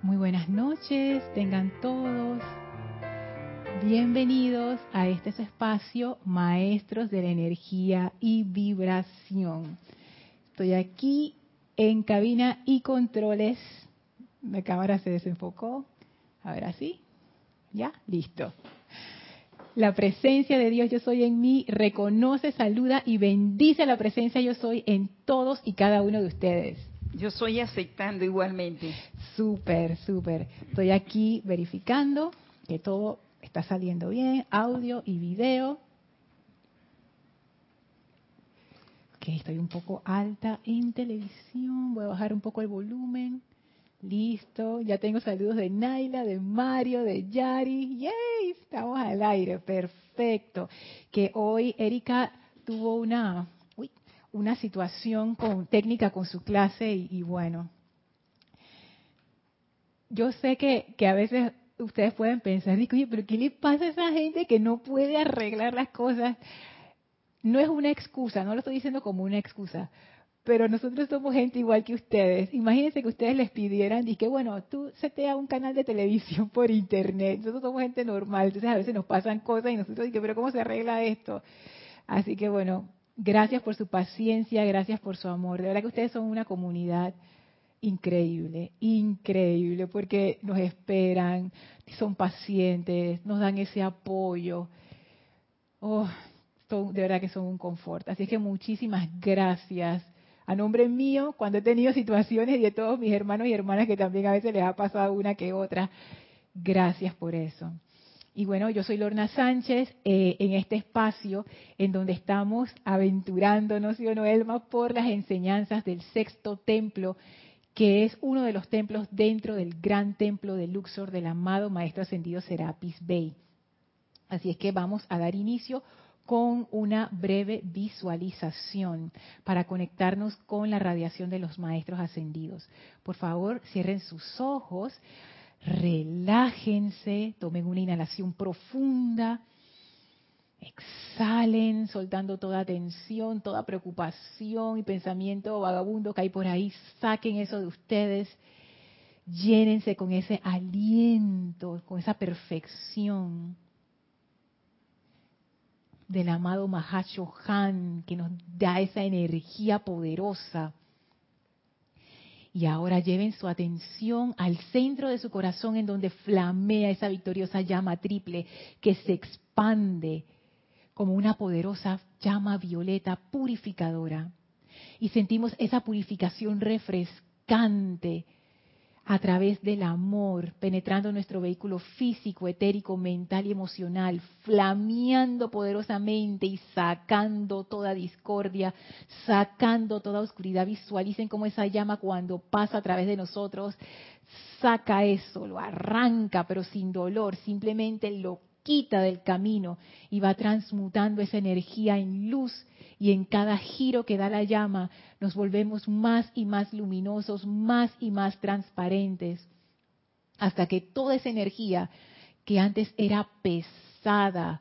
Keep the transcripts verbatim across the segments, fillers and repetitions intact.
Muy buenas noches, tengan todos bienvenidos a este su espacio, Maestros de la Energía y Vibración. Estoy aquí en cabina y controles. La cámara se desenfocó. A ver, así. Ya, listo. La presencia de Dios Yo Soy en mí reconoce, saluda y bendice la presencia Yo Soy en todos y cada uno de ustedes. Yo soy aceptando igualmente. Súper, súper. Estoy aquí verificando que todo está saliendo bien, audio y video. Ok, estoy un poco alta en televisión. Voy a bajar un poco el volumen. Listo. Ya tengo saludos de Naila, de Mario, de Yari. ¡Yay! Estamos al aire. Perfecto. Que hoy Erika tuvo una, uy, una situación con técnica con su clase y, y bueno. Yo sé que, que a veces ustedes pueden pensar, oye, pero ¿qué le pasa a esa gente que no puede arreglar las cosas? No es una excusa, no lo estoy diciendo como una excusa, pero nosotros somos gente igual que ustedes. Imagínense que ustedes les pidieran, y que bueno, tú setea un canal de televisión por internet. Nosotros somos gente normal, entonces a veces nos pasan cosas y nosotros decimos, pero ¿cómo se arregla esto? Así que bueno, gracias por su paciencia, gracias por su amor. De verdad que ustedes son una comunidad increíble, increíble, porque nos esperan, son pacientes, nos dan ese apoyo. Oh, son, de verdad que son un confort. Así que muchísimas gracias. A nombre mío, cuando he tenido situaciones y de todos mis hermanos y hermanas que también a veces les ha pasado una que otra, gracias por eso. Y bueno, yo soy Lorna Sánchez, eh, en este espacio en donde estamos aventurándonos, ¿sí o no, Elma?, por las enseñanzas del sexto templo, que es uno de los templos dentro del gran templo de Luxor del amado Maestro Ascendido Serapis Bey. Así es que vamos a dar inicio con una breve visualización para conectarnos con la radiación de los Maestros Ascendidos. Por favor, cierren sus ojos, relájense, tomen una inhalación profunda. Exhalen, soltando toda tensión, toda preocupación y pensamiento vagabundo que hay por ahí. Saquen eso de ustedes. Llénense con ese aliento, con esa perfección del amado Mahashohan, que nos da esa energía poderosa. Y ahora lleven su atención al centro de su corazón, en donde flamea esa victoriosa llama triple que se expande como una poderosa llama violeta purificadora. Y sentimos esa purificación refrescante a través del amor, penetrando nuestro vehículo físico, etérico, mental y emocional, flameando poderosamente y sacando toda discordia, sacando toda oscuridad. Visualicen cómo esa llama, cuando pasa a través de nosotros, saca eso, lo arranca, pero sin dolor, simplemente lo quita del camino y va transmutando esa energía en luz, y en cada giro que da la llama nos volvemos más y más luminosos, más y más transparentes, hasta que toda esa energía que antes era pesada,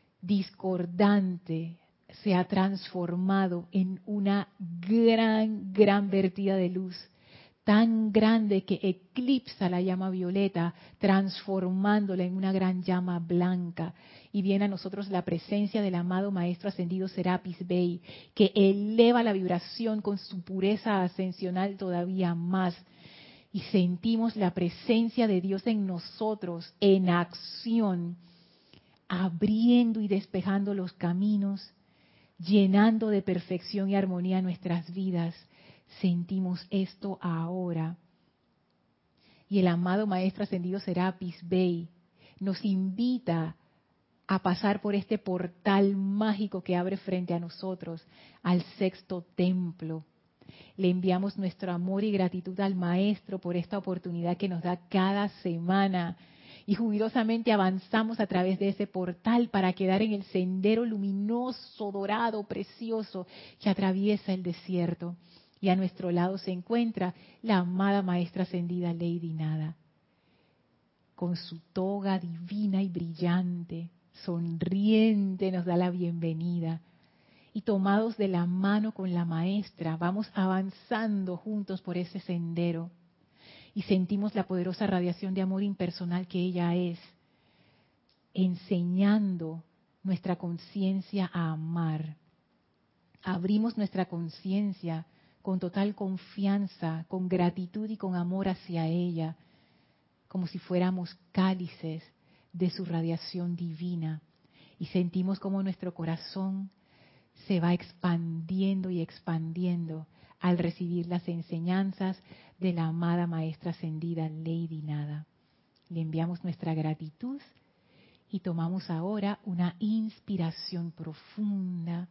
discordante, se ha transformado en una gran, gran vertida de luz, tan grande que eclipsa la llama violeta, transformándola en una gran llama blanca. Y viene a nosotros la presencia del amado Maestro Ascendido Serapis Bey, que eleva la vibración con su pureza ascensional todavía más. Y sentimos la presencia de Dios en nosotros, en acción, abriendo y despejando los caminos, llenando de perfección y armonía nuestras vidas. Sentimos esto ahora. Y el amado Maestro Ascendido Serapis Bey nos invita a pasar por este portal mágico que abre frente a nosotros, al sexto templo. Le enviamos nuestro amor y gratitud al Maestro por esta oportunidad que nos da cada semana. Y jubilosamente avanzamos a través de ese portal para quedar en el sendero luminoso, dorado, precioso, que atraviesa el desierto. Y a nuestro lado se encuentra la amada Maestra Ascendida Lady Nada, con su toga divina y brillante, sonriente, nos da la bienvenida. Y tomados de la mano con la Maestra, vamos avanzando juntos por ese sendero. y sentimos la poderosa radiación de amor impersonal que ella es, enseñando nuestra conciencia a amar. Abrimos nuestra conciencia con total confianza, con gratitud y con amor hacia ella, como si fuéramos cálices de su radiación divina, y sentimos como nuestro corazón se va expandiendo y expandiendo al recibir las enseñanzas de la amada Maestra Ascendida Lady Nada. Le enviamos nuestra gratitud y tomamos ahora una inspiración profunda.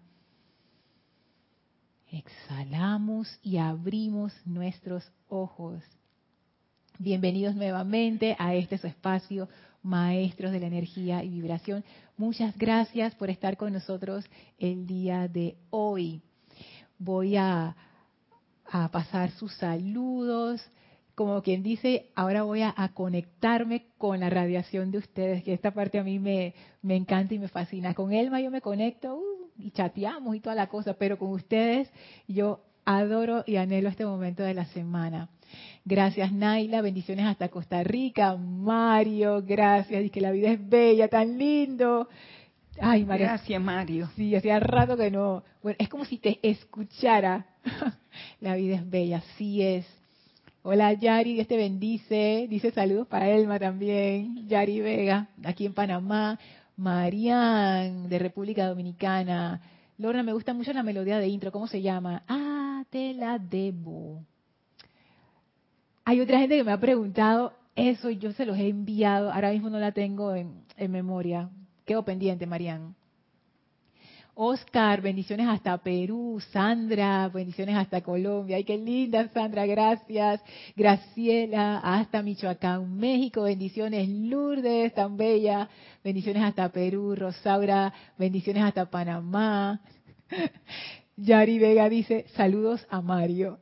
Exhalamos y abrimos nuestros ojos. Bienvenidos nuevamente a este su espacio, Maestros de la Energía y Vibración. Muchas gracias por estar con nosotros el día de hoy. Voy a, a pasar sus saludos. Como quien dice, ahora voy a, a conectarme con la radiación de ustedes, que esta parte a mí me, me encanta y me fascina. Con Elma yo me conecto uh, y chateamos y toda la cosa, pero con ustedes yo adoro y anhelo este momento de la semana. Gracias, Naila, bendiciones hasta Costa Rica. Mario, gracias, y que la vida es bella, tan lindo. Ay, Mario. Gracias, Mario. Sí, hacía rato que no. Bueno, es como si te escuchara. La vida es bella, así es. Hola, Yari, Dios te bendice. Dice saludos para Elma también. Yari Vega, aquí en Panamá. Marian, de República Dominicana. Lorna, me gusta mucho la melodía de intro. ¿Cómo se llama? Ah, te la debo. Hay otra gente que me ha preguntado eso y yo se los he enviado. Ahora mismo no la tengo en, en memoria. Quedo pendiente, Marian. Oscar, bendiciones hasta Perú. Sandra, bendiciones hasta Colombia. Ay, qué linda, Sandra, gracias. Graciela, hasta Michoacán, México. Bendiciones, Lourdes, tan bella. Bendiciones hasta Perú. Rosaura, bendiciones hasta Panamá. Yari Vega dice, saludos a Mario.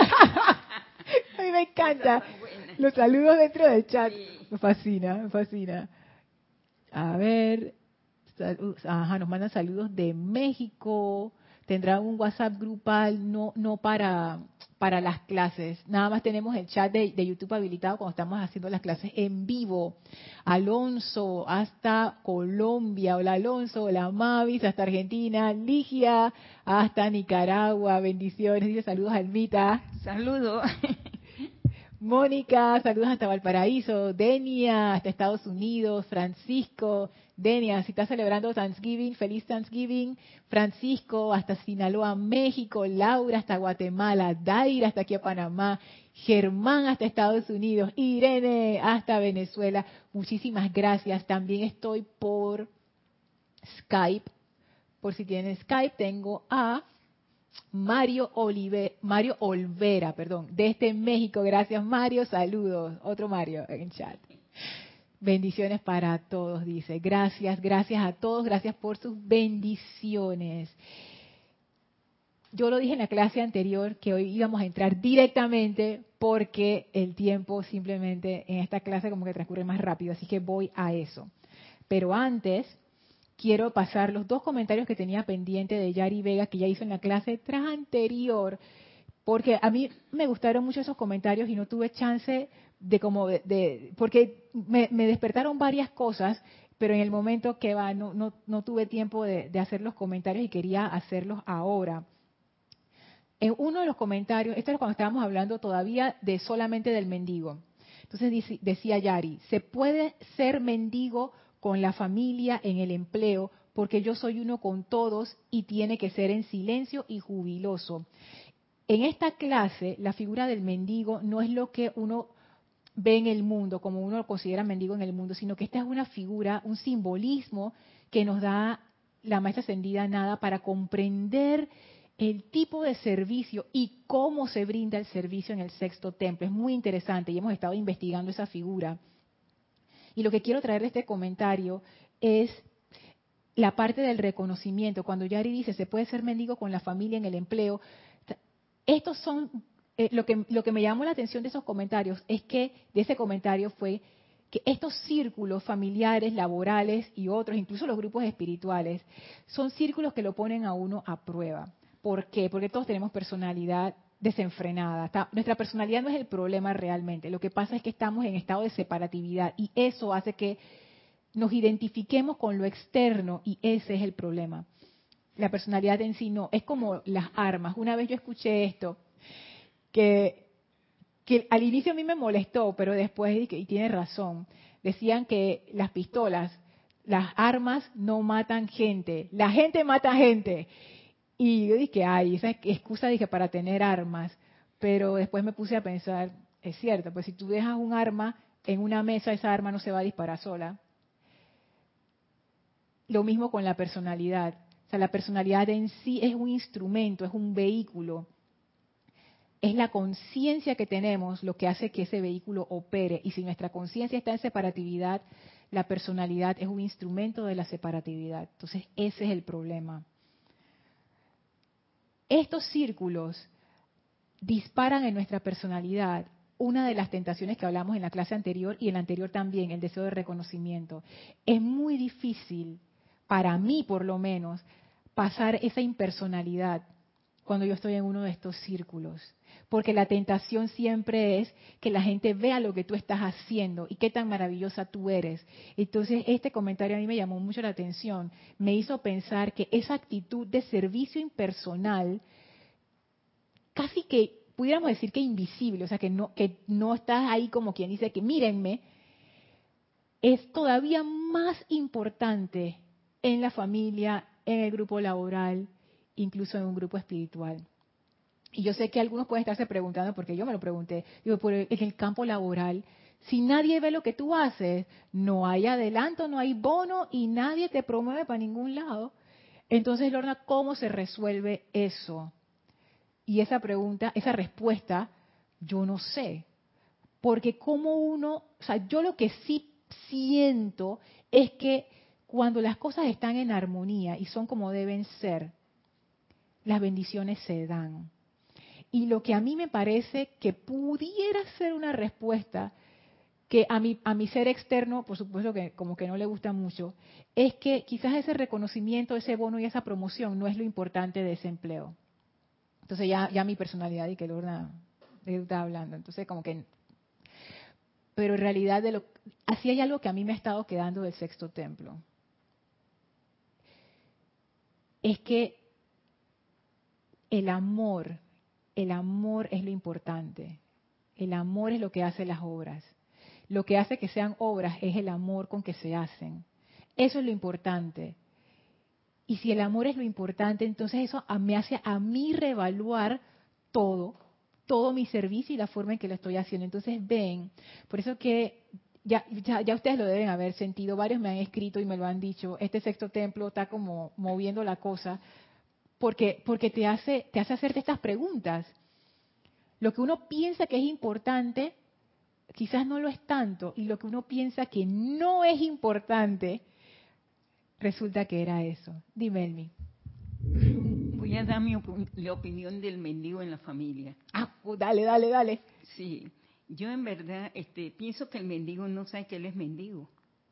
A mí me encanta. Los saludos dentro del chat. Me fascina, me fascina. A ver. Ajá, nos mandan saludos de México. Tendrán un WhatsApp grupal, no no para para las clases. Nada más tenemos el chat de, de YouTube habilitado cuando estamos haciendo las clases en vivo. Alonso, hasta Colombia. Hola, Alonso. Hola, Mavis, hasta Argentina. Ligia, hasta Nicaragua. Bendiciones. Dice saludos, Almita. Saludos. Mónica, saludos hasta Valparaíso. Denia, hasta Estados Unidos. Francisco, Denia, si estás celebrando Thanksgiving, feliz Thanksgiving. Francisco, hasta Sinaloa, México. Laura, hasta Guatemala. Daira, hasta aquí a Panamá. Germán, hasta Estados Unidos. Irene, hasta Venezuela. Muchísimas gracias. También estoy por Skype. Por si tienen Skype, tengo a Mario Olive, Mario Olvera, perdón, desde México. Gracias, Mario. Saludos. Otro Mario en chat. Bendiciones para todos, dice. Gracias, gracias a todos. Gracias por sus bendiciones. Yo lo dije en la clase anterior que hoy íbamos a entrar directamente porque el tiempo simplemente en esta clase como que transcurre más rápido, así que voy a eso. Pero antes quiero pasar los dos comentarios que tenía pendiente de Yari Vega, que ya hizo en la clase tras anterior, porque a mí me gustaron mucho esos comentarios y no tuve chance de como de, de porque me, me despertaron varias cosas, pero en el momento que va no, no, no tuve tiempo de, de hacer los comentarios y quería hacerlos ahora. En uno de los comentarios, esto es cuando estábamos hablando todavía de solamente del mendigo. Entonces decía Yari, se puede ser mendigo con la familia en el empleo, porque yo soy uno con todos y tiene que ser en silencio y jubiloso. En esta clase, la figura del mendigo no es lo que uno ve en el mundo, como uno lo considera mendigo en el mundo, sino que esta es una figura, un simbolismo que nos da la Maestra Ascendida Nada para comprender el tipo de servicio y cómo se brinda el servicio en el sexto templo. Es muy interesante y hemos estado investigando esa figura. Y lo que quiero traer de este comentario es la parte del reconocimiento. Cuando Yari dice, se puede ser mendigo con la familia en el empleo, estos son, eh, lo que lo que me llamó la atención de esos comentarios es que, de ese comentario fue que estos círculos familiares, laborales y otros, incluso los grupos espirituales, son círculos que lo ponen a uno a prueba. ¿Por qué? Porque todos tenemos personalidad desenfrenada. Está, nuestra personalidad no es el problema realmente. Lo que pasa es que estamos en estado de separatividad y eso hace que nos identifiquemos con lo externo y ese es el problema. La personalidad en sí no, es como las armas. Una vez yo escuché esto, que, que al inicio a mí me molestó, pero después, y tiene razón, decían que las pistolas, las armas no matan gente, la gente mata gente. Y yo dije, ay, esa excusa dije para tener armas, pero después me puse a pensar, es cierto, pues si tú dejas un arma en una mesa, esa arma no se va a disparar sola. Lo mismo con la personalidad. O sea, la personalidad en sí es un instrumento, es un vehículo. Es la conciencia que tenemos lo que hace que ese vehículo opere. Y si nuestra conciencia está en separatividad, la personalidad es un instrumento de la separatividad. Entonces, ese es el problema. Estos círculos disparan en nuestra personalidad una de las tentaciones que hablamos en la clase anterior y en la anterior también, el deseo de reconocimiento. Es muy difícil, para mí por lo menos, pasar esa impersonalidad cuando yo estoy en uno de estos círculos. Porque la tentación siempre es que la gente vea lo que tú estás haciendo y qué tan maravillosa tú eres. Entonces, este comentario a mí me llamó mucho la atención. Me hizo pensar que esa actitud de servicio impersonal, casi que pudiéramos decir que invisible, o sea, que no, que no estás ahí como quien dice que mírenme, es todavía más importante en la familia, en el grupo laboral, incluso en un grupo espiritual. Y yo sé que algunos pueden estarse preguntando, porque yo me lo pregunté, digo, por el, en el campo laboral, si nadie ve lo que tú haces, no hay adelanto, no hay bono y nadie te promueve para ningún lado. Entonces, Lorna, ¿cómo se resuelve eso? Y esa pregunta, esa respuesta, yo no sé. Porque como uno, o sea, yo lo que sí siento es que cuando las cosas están en armonía y son como deben ser, las bendiciones se dan. Y lo que a mí me parece que pudiera ser una respuesta, que a mi, a mi ser externo, por supuesto que como que no le gusta mucho, es que quizás ese reconocimiento, ese bono y esa promoción no es lo importante de ese empleo. Entonces ya, ya mi personalidad y que Lorna está hablando, entonces como que... Pero en realidad, de lo, así hay algo que a mí me ha estado quedando del sexto templo. Es que el amor, el amor es lo importante. El amor es lo que hace las obras. Lo que hace que sean obras es el amor con que se hacen. Eso es lo importante. Y si el amor es lo importante, entonces eso me hace a mí reevaluar todo, todo mi servicio y la forma en que lo estoy haciendo. Entonces ven, por eso que ya, ya, ya ustedes lo deben haber sentido, varios me han escrito y me lo han dicho, este sexto templo está como moviendo la cosa, porque, porque te hace, te hace hacerte estas preguntas. Lo que uno piensa que es importante, quizás no lo es tanto, y lo que uno piensa que no es importante, resulta que era eso. Dime, Elmi. Voy a dar mi op- la opinión del mendigo en la familia. Ah, pues dale, dale, dale. Sí, yo en verdad este, pienso que el mendigo no sabe que él es mendigo.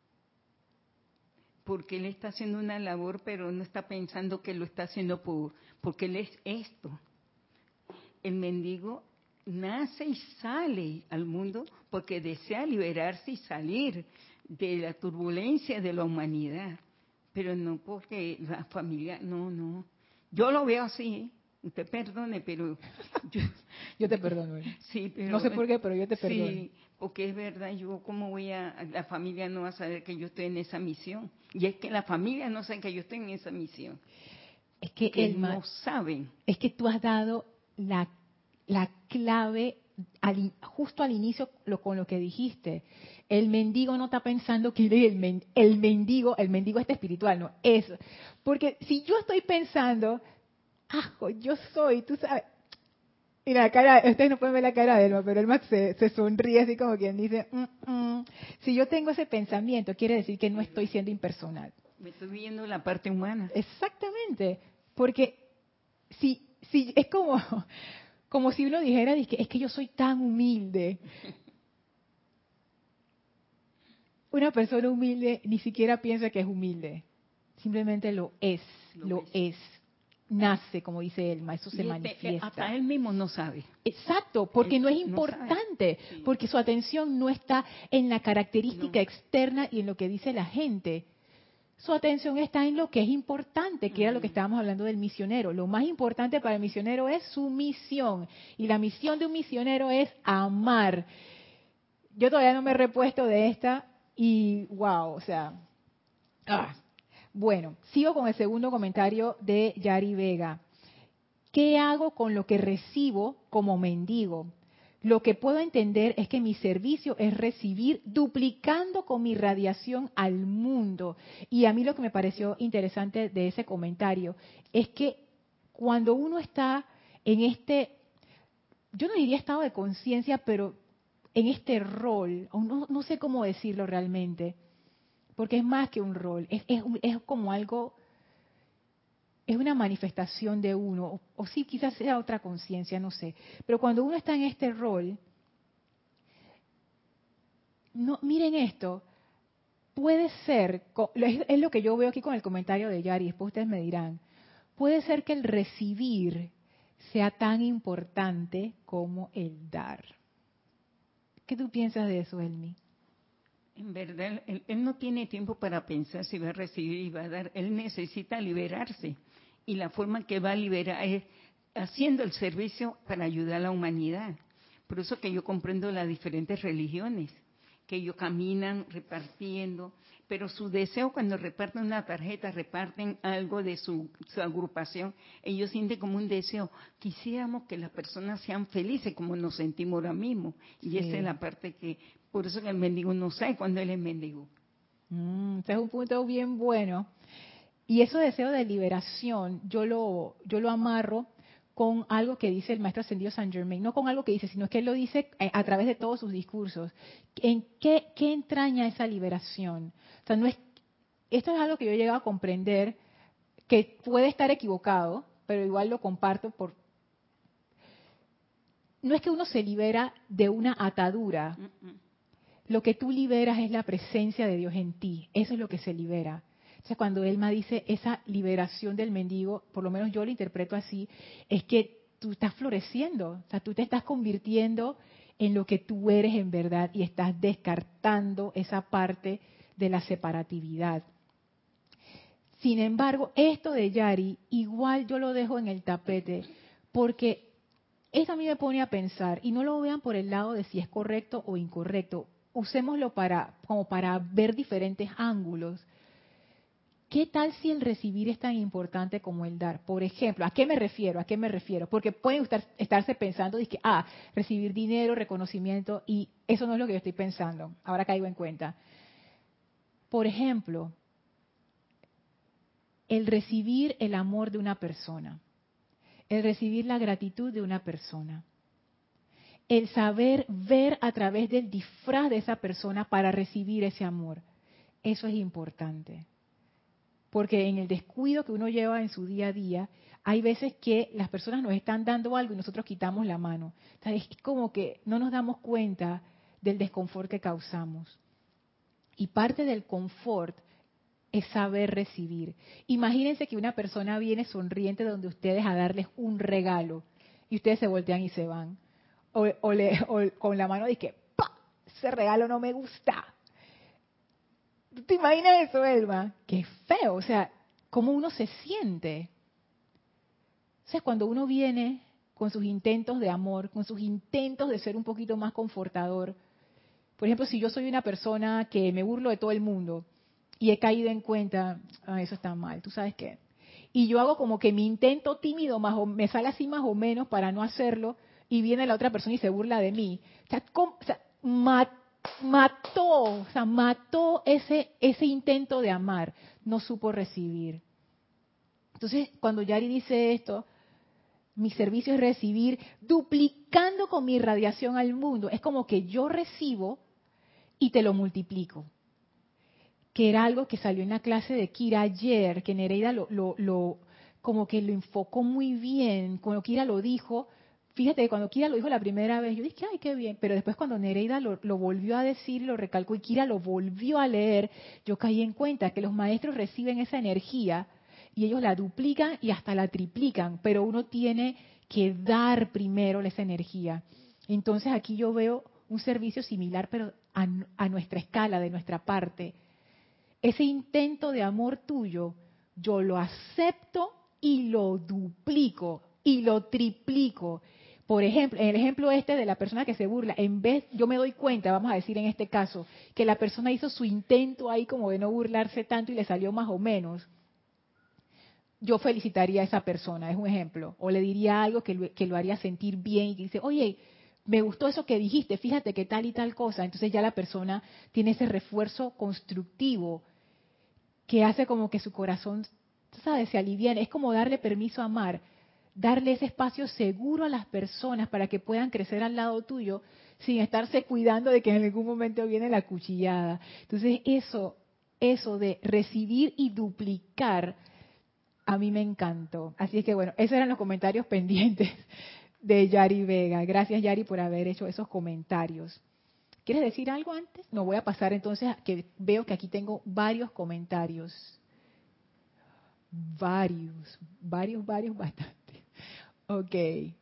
Porque él está haciendo una labor, pero no está pensando que lo está haciendo por porque él es esto. El mendigo nace y sale al mundo porque desea liberarse y salir de la turbulencia de la humanidad. Pero no porque la familia, no, no. Yo lo veo así, ¿eh? Usted perdone, pero yo, Yo te perdono. sí, pero No sé por qué, pero yo te perdono. sí, porque es verdad, yo cómo voy a, la familia no va a saber que yo estoy en esa misión. Y es que la familia no sabe que yo estoy en esa misión. Es que, Que Elma, no saben. es que tú has dado la, la clave al, justo al inicio lo, con lo que dijiste. El mendigo no está pensando que el, men, el mendigo, el mendigo este espiritual, no, es. Porque si yo estoy pensando, ajo, yo soy, tú sabes. Y la cara, ustedes no pueden ver la cara de Elma, pero Elma se, se sonríe así como quien dice, mm, mm. Si yo tengo ese pensamiento, quiere decir que no estoy siendo impersonal. Me estoy viendo la parte humana. Exactamente, porque si, si es como, como si uno dijera, es que yo soy tan humilde. Una persona humilde ni siquiera piensa que es humilde, simplemente lo es, Lo lo es. es. nace, como dice Elma, eso Y se este, manifiesta. hasta él mismo no sabe. Exacto, porque Él no es no importante, sabe. Sí. porque su atención no está en la característica No. externa y en lo que dice la gente. Su atención está en lo que es importante, que era lo que estábamos hablando del misionero. Lo más importante para el misionero es su misión. Y la misión de un misionero es amar. Yo todavía no me he repuesto de esta y wow, o sea... Ah. Bueno, sigo con el segundo comentario de Yari Vega. ¿Qué hago con lo que recibo como mendigo? Lo que puedo entender es que mi servicio es recibir duplicando con mi radiación al mundo. Y a mí lo que me pareció interesante de ese comentario es que cuando uno está en este, yo no diría estado de conciencia, pero en este rol, o no, no sé cómo decirlo realmente, porque es más que un rol, es, es, es como algo, es una manifestación de uno, o, o sí, quizás sea otra conciencia, no sé. Pero cuando uno está en este rol, no, miren esto, puede ser, es lo que yo veo aquí con el comentario de Yari, después ustedes me dirán, puede ser que el recibir sea tan importante como el dar. ¿Qué tú piensas de eso, Elmi? En verdad, él, él no tiene tiempo para pensar si va a recibir y va a dar. Él necesita liberarse. Y la forma que va a liberar es haciendo el servicio para ayudar a la humanidad. Por eso que yo comprendo las diferentes religiones, que ellos caminan repartiendo, pero su deseo cuando reparten una tarjeta, reparten algo de su, su agrupación, ellos sienten como un deseo, quisiéramos que las personas sean felices como nos sentimos ahora mismo. Y Sí. esa es la parte que, por eso que el mendigo no sabe cuándo él es mendigo. Mm, este es un punto bien bueno. Y ese deseo de liberación, yo lo, yo lo amarro con algo que dice el maestro ascendido Saint Germain, no con algo que dice, sino que él lo dice a través de todos sus discursos. ¿En qué, qué entraña esa liberación? O sea, no es, esto es algo que yo he llegado a comprender, que puede estar equivocado, pero igual lo comparto por... No es que uno se libera de una atadura, lo que tú liberas es la presencia de Dios en ti, eso es lo que se libera. Entonces, cuando Elma dice esa liberación del mendigo, por lo menos yo lo interpreto así, es que tú estás floreciendo, o sea, tú te estás convirtiendo en lo que tú eres en verdad y estás descartando esa parte de la separatividad. Sin embargo, esto de Yari, igual yo lo dejo en el tapete, porque esto a mí me pone a pensar, y no lo vean por el lado de si es correcto o incorrecto, usémoslo para, como para ver diferentes ángulos. ¿Qué tal si el recibir es tan importante como el dar? Por ejemplo, ¿a qué me refiero? ¿A qué me refiero? Porque pueden estar, estarse pensando, que, ah, recibir dinero, reconocimiento, y eso no es lo que yo estoy pensando. Ahora caigo en cuenta. Por ejemplo, el recibir el amor de una persona, el recibir la gratitud de una persona, el saber ver a través del disfraz de esa persona para recibir ese amor, eso es importante. Porque en el descuido que uno lleva en su día a día, hay veces que las personas nos están dando algo y nosotros quitamos la mano. Entonces, es como que no nos damos cuenta del desconfort que causamos. Y parte del confort es saber recibir. Imagínense que una persona viene sonriente donde ustedes a darles un regalo y ustedes se voltean y se van. O, o, le, o con la mano de que, ¡pa! Ese regalo no me gusta. ¿Te imaginas eso, Elma? Qué feo, o sea, ¿cómo uno se siente? O sea, cuando uno viene con sus intentos de amor, con sus intentos de ser un poquito más confortador. Por ejemplo, si yo soy una persona que me burlo de todo el mundo y he caído en cuenta, ah, eso está mal, ¿tú sabes qué? Y yo hago como que mi intento tímido más o, me sale así más o menos para no hacerlo y viene la otra persona y se burla de mí. O sea, ¿cómo? O sea mat, mató, o sea, mató ese, ese intento de amar, no supo recibir. Entonces, cuando Yari dice esto, mi servicio es recibir duplicando con mi radiación al mundo. Es como que yo recibo y te lo multiplico. Que era algo que salió en la clase de Kira ayer, que Nereida lo, lo, lo como que lo enfocó muy bien, cuando Kira lo dijo. Fíjate que cuando Kira lo dijo la primera vez, yo dije, ay, qué bien. Pero después cuando Nereida lo, lo volvió a decir, lo recalcó y Kira lo volvió a leer, yo caí en cuenta que los maestros reciben esa energía y ellos la duplican y hasta la triplican, pero uno tiene que dar primero esa energía. Entonces aquí yo veo un servicio similar, pero a, a nuestra escala, de nuestra parte. Ese intento de amor tuyo, yo lo acepto y lo duplico y lo triplico. Por ejemplo, en el ejemplo este de la persona que se burla, en vez, yo me doy cuenta, vamos a decir en este caso, que la persona hizo su intento ahí como de no burlarse tanto y le salió más o menos, yo felicitaría a esa persona, es un ejemplo, o le diría algo que lo, que lo haría sentir bien y que dice, oye, me gustó eso que dijiste, fíjate que tal y tal cosa. Entonces ya la persona tiene ese refuerzo constructivo que hace como que su corazón, ¿sabes?, se aliviane. Es como darle permiso a amar, darle ese espacio seguro a las personas para que puedan crecer al lado tuyo sin estarse cuidando de que en algún momento viene la cuchillada. Entonces eso, eso de recibir y duplicar, a mí me encantó. Así es que bueno, esos eran los comentarios pendientes de Yari Vega. Gracias, Yari, por haber hecho esos comentarios. ¿Quieres decir algo antes? No, voy a pasar entonces, a que veo que aquí tengo varios comentarios. Varios, varios, varios, bastante. Ok.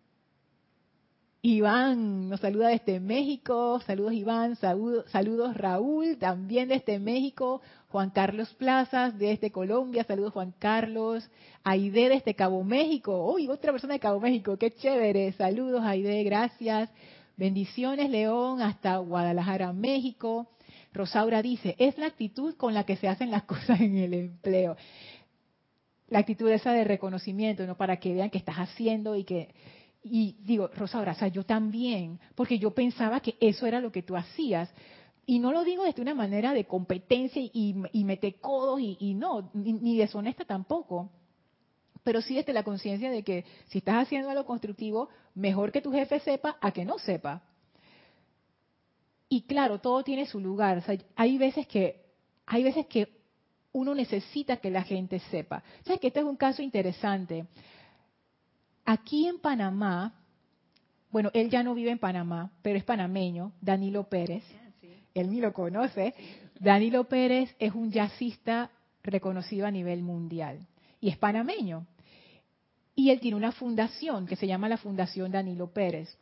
Iván nos saluda desde México. Saludos, Iván. Saludos, saludos, Raúl, también desde México. Juan Carlos Plazas desde Colombia. Saludos, Juan Carlos. Aide desde Cabo México. Uy, otra persona de Cabo México. Qué chévere. Saludos, Aide. Gracias. Bendiciones, León, hasta Guadalajara, México. Rosaura dice, es la actitud con la que se hacen las cosas en el empleo. La actitud esa de reconocimiento, ¿no? Para que vean que estás haciendo y que... Y digo, Rosaura, o sea, yo también, porque yo pensaba que eso era lo que tú hacías. Y no lo digo desde una manera de competencia y, y mete codos y, y no, ni, ni deshonesta tampoco. Pero sí desde la conciencia de que si estás haciendo algo constructivo, mejor que tu jefe sepa a que no sepa. Y claro, todo tiene su lugar. O sea, hay veces que, hay veces que uno necesita que la gente sepa. ¿Sabes que este es un caso interesante? Aquí en Panamá, bueno, él ya no vive en Panamá, pero es panameño, Danilo Pérez. Él ni lo conoce. Danilo Pérez es un jazzista reconocido a nivel mundial y es panameño. Y él tiene una fundación que se llama la Fundación Danilo Pérez.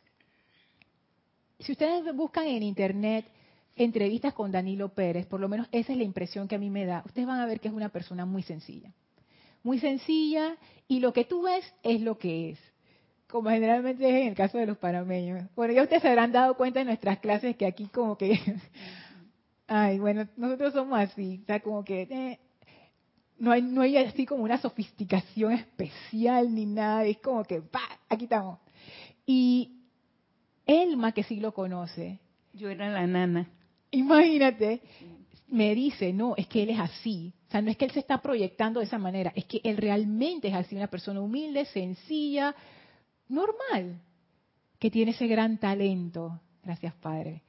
Si ustedes buscan en internet entrevistas con Danilo Pérez, por lo menos esa es la impresión que a mí me da, ustedes van a ver que es una persona muy sencilla. Muy sencilla, y lo que tú ves es lo que es, como generalmente es en el caso de los panameños. Bueno, ya ustedes se habrán dado cuenta en nuestras clases que aquí como que, ay, bueno, nosotros somos así, o sea, como que eh, no hay no hay así como una sofisticación especial ni nada, es como que, ¡pa!, aquí estamos. Y Elma, que sí lo conoce, yo era la nana. Imagínate, me dice, no, es que él es así. O sea, no es que él se está proyectando de esa manera, es que él realmente es así, una persona humilde, sencilla, normal, que tiene ese gran talento. Gracias, Padre.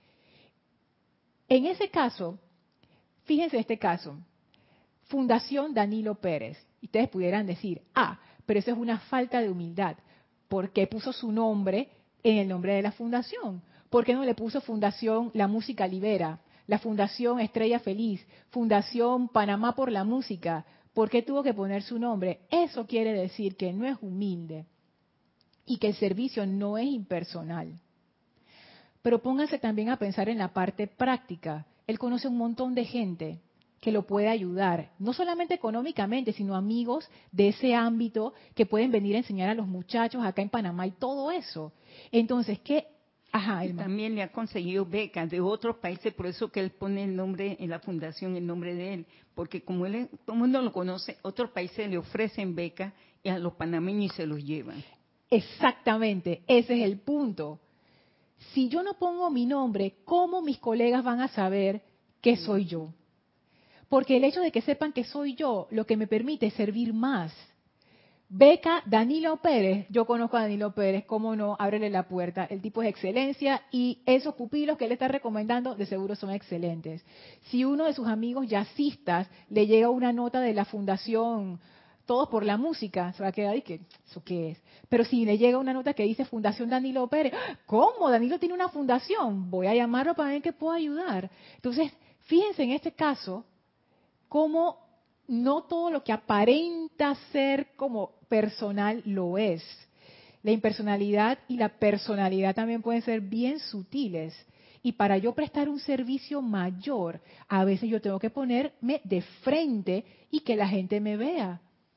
En ese caso, fíjense este caso, Fundación Danilo Pérez. Y ustedes pudieran decir, ah, pero eso es una falta de humildad. ¿Por qué puso su nombre en el nombre de la fundación? ¿Por qué no le puso Fundación La Música Libera, la Fundación Estrella Feliz, Fundación Panamá por la Música? ¿Por qué tuvo que poner su nombre? Eso quiere decir que no es humilde y que el servicio no es impersonal. Pero pónganse también a pensar en la parte práctica. Él conoce un montón de gente que lo puede ayudar, no solamente económicamente, sino amigos de ese ámbito que pueden venir a enseñar a los muchachos acá en Panamá y todo eso. Entonces, ¿qué? Ajá, Elma. También le ha conseguido becas de otros países, por eso que él pone el nombre en la fundación, el nombre de él, porque como él, todo el mundo lo conoce, otros países le ofrecen becas y a los panameños se los llevan. Exactamente, ese es el punto. Si yo no pongo mi nombre, ¿cómo mis colegas van a saber que soy yo? Porque el hecho de que sepan que soy yo, lo que me permite es servir más. Beca Danilo Pérez, yo conozco a Danilo Pérez, cómo no, ábrele la puerta. El tipo es excelencia y esos pupilos que él está recomendando de seguro son excelentes. Si uno de sus amigos jazzistas le llega una nota de la fundación Todos por la Música, se va a quedar y que, ¿eso qué es? Pero si le llega una nota que dice Fundación Danilo Pérez, ¿cómo? Danilo tiene una fundación, voy a llamarlo para ver qué puedo ayudar. Entonces, fíjense en este caso, cómo no todo lo que aparenta ser como personal lo es. La impersonalidad y la personalidad también pueden ser bien sutiles. Y para yo prestar un servicio mayor, a veces yo tengo que ponerme de frente y que la gente me vea.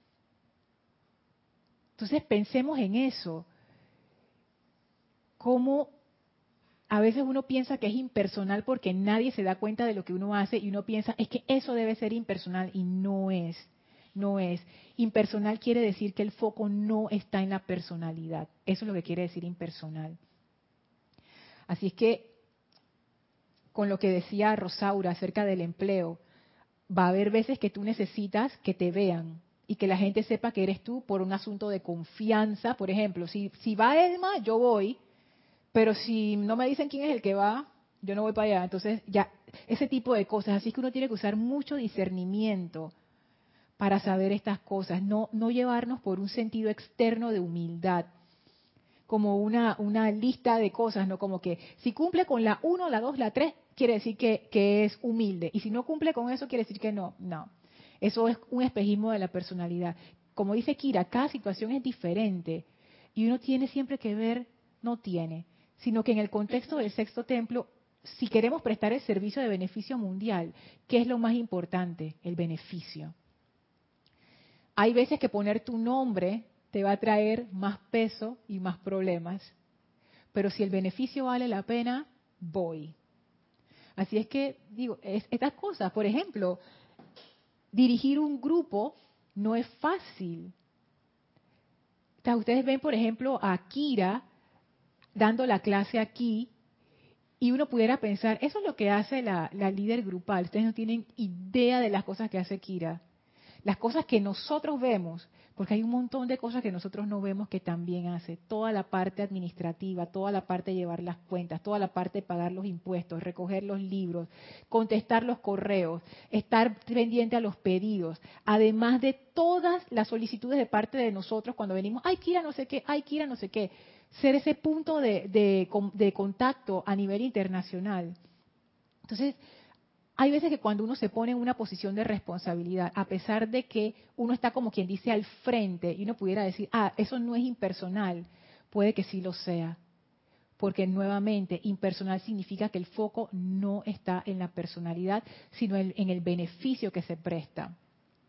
Entonces pensemos en eso. Cómo a veces uno piensa que es impersonal porque nadie se da cuenta de lo que uno hace y uno piensa, es que eso debe ser impersonal y no es. No es. Impersonal quiere decir que el foco no está en la personalidad. Eso es lo que quiere decir impersonal. Así es que, con lo que decía Rosaura acerca del empleo, va a haber veces que tú necesitas que te vean y que la gente sepa que eres tú por un asunto de confianza. Por ejemplo, si, si va Edma, yo voy, pero si no me dicen quién es el que va, yo no voy para allá. Entonces, ya, ese tipo de cosas. Así es que uno tiene que usar mucho discernimiento para saber estas cosas, no, no llevarnos por un sentido externo de humildad, como una, una lista de cosas, no como que si cumple con la uno, la dos, la tres, quiere decir que, que es humilde, y si no cumple con eso, quiere decir que no, no. Eso es un espejismo de la personalidad. Como dice Kira, cada situación es diferente, y uno tiene siempre que ver, no tiene, sino que en el contexto del sexto templo, si queremos prestar el servicio de beneficio mundial, ¿qué es lo más importante? El beneficio. Hay veces que poner tu nombre te va a traer más peso y más problemas, pero si el beneficio vale la pena, voy. Así es que, digo, es, estas cosas, por ejemplo, dirigir un grupo no es fácil. O sea, ustedes ven, por ejemplo, a Kira dando la clase aquí, y uno pudiera pensar, eso es lo que hace la, la líder grupal. Ustedes no tienen idea de las cosas que hace Kira. Las cosas que nosotros vemos, porque hay un montón de cosas que nosotros no vemos que también hace. Toda la parte administrativa, toda la parte de llevar las cuentas, toda la parte de pagar los impuestos, recoger los libros, contestar los correos, estar pendiente a los pedidos, además de todas las solicitudes de parte de nosotros cuando venimos, ay, Kira, no sé qué, ay, Kira, no sé qué. Ser ese punto de, de, de contacto a nivel internacional. Entonces, hay veces que cuando uno se pone en una posición de responsabilidad, a pesar de que uno está como quien dice al frente y uno pudiera decir, ah, eso no es impersonal, puede que sí lo sea. Porque nuevamente, impersonal significa que el foco no está en la personalidad, sino en, en el beneficio que se presta.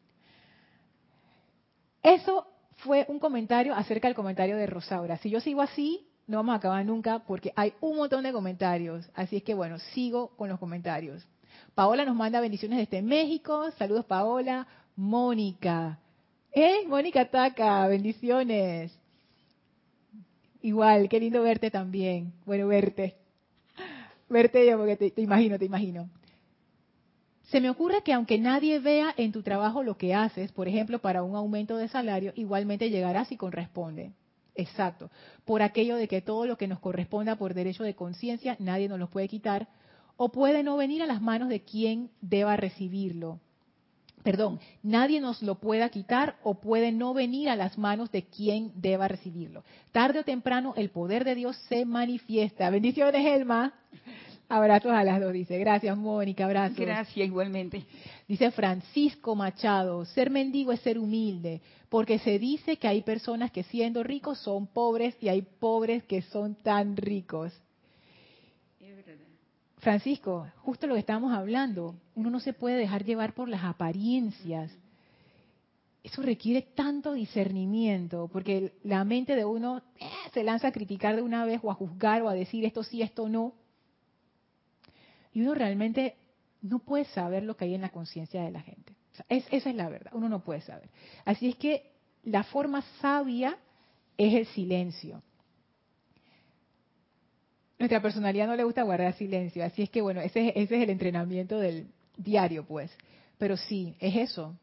Eso fue un comentario acerca del comentario de Rosaura. Si yo sigo así, no vamos a acabar nunca porque hay un montón de comentarios. Así es que bueno, sigo con los comentarios. Paola nos manda bendiciones desde México. Saludos, Paola. Mónica. ¿Eh? Mónica Taca, bendiciones. Igual, qué lindo verte también. Bueno, verte. Verte yo, porque te, te imagino, te imagino. Se me ocurre que aunque nadie vea en tu trabajo lo que haces, por ejemplo, para un aumento de salario, igualmente llegarás si corresponde. Exacto. Por aquello de que todo lo que nos corresponda por derecho de conciencia, nadie nos lo puede quitar, o puede no venir a las manos de quien deba recibirlo. Perdón, nadie nos lo pueda quitar o puede no venir a las manos de quien deba recibirlo. Tarde o temprano el poder de Dios se manifiesta. Bendiciones, Elma. Abrazos a las dos, dice. Gracias, Mónica, abrazos. Gracias, igualmente. Dice Francisco Machado, ser mendigo es ser humilde, porque se dice que hay personas que siendo ricos son pobres y hay pobres que son tan ricos. Francisco, justo lo que estamos hablando, uno no se puede dejar llevar por las apariencias. Eso requiere tanto discernimiento, porque la mente de uno eh, se lanza a criticar de una vez o a juzgar o a decir esto sí, esto no. Y uno realmente no puede saber lo que hay en la conciencia de la gente. O sea, es, esa es la verdad, uno no puede saber. Así es que la forma sabia es el silencio. Nuestra personalidad no le gusta guardar silencio, así es que bueno, ese, ese es el entrenamiento del diario, pues. Pero sí, es eso.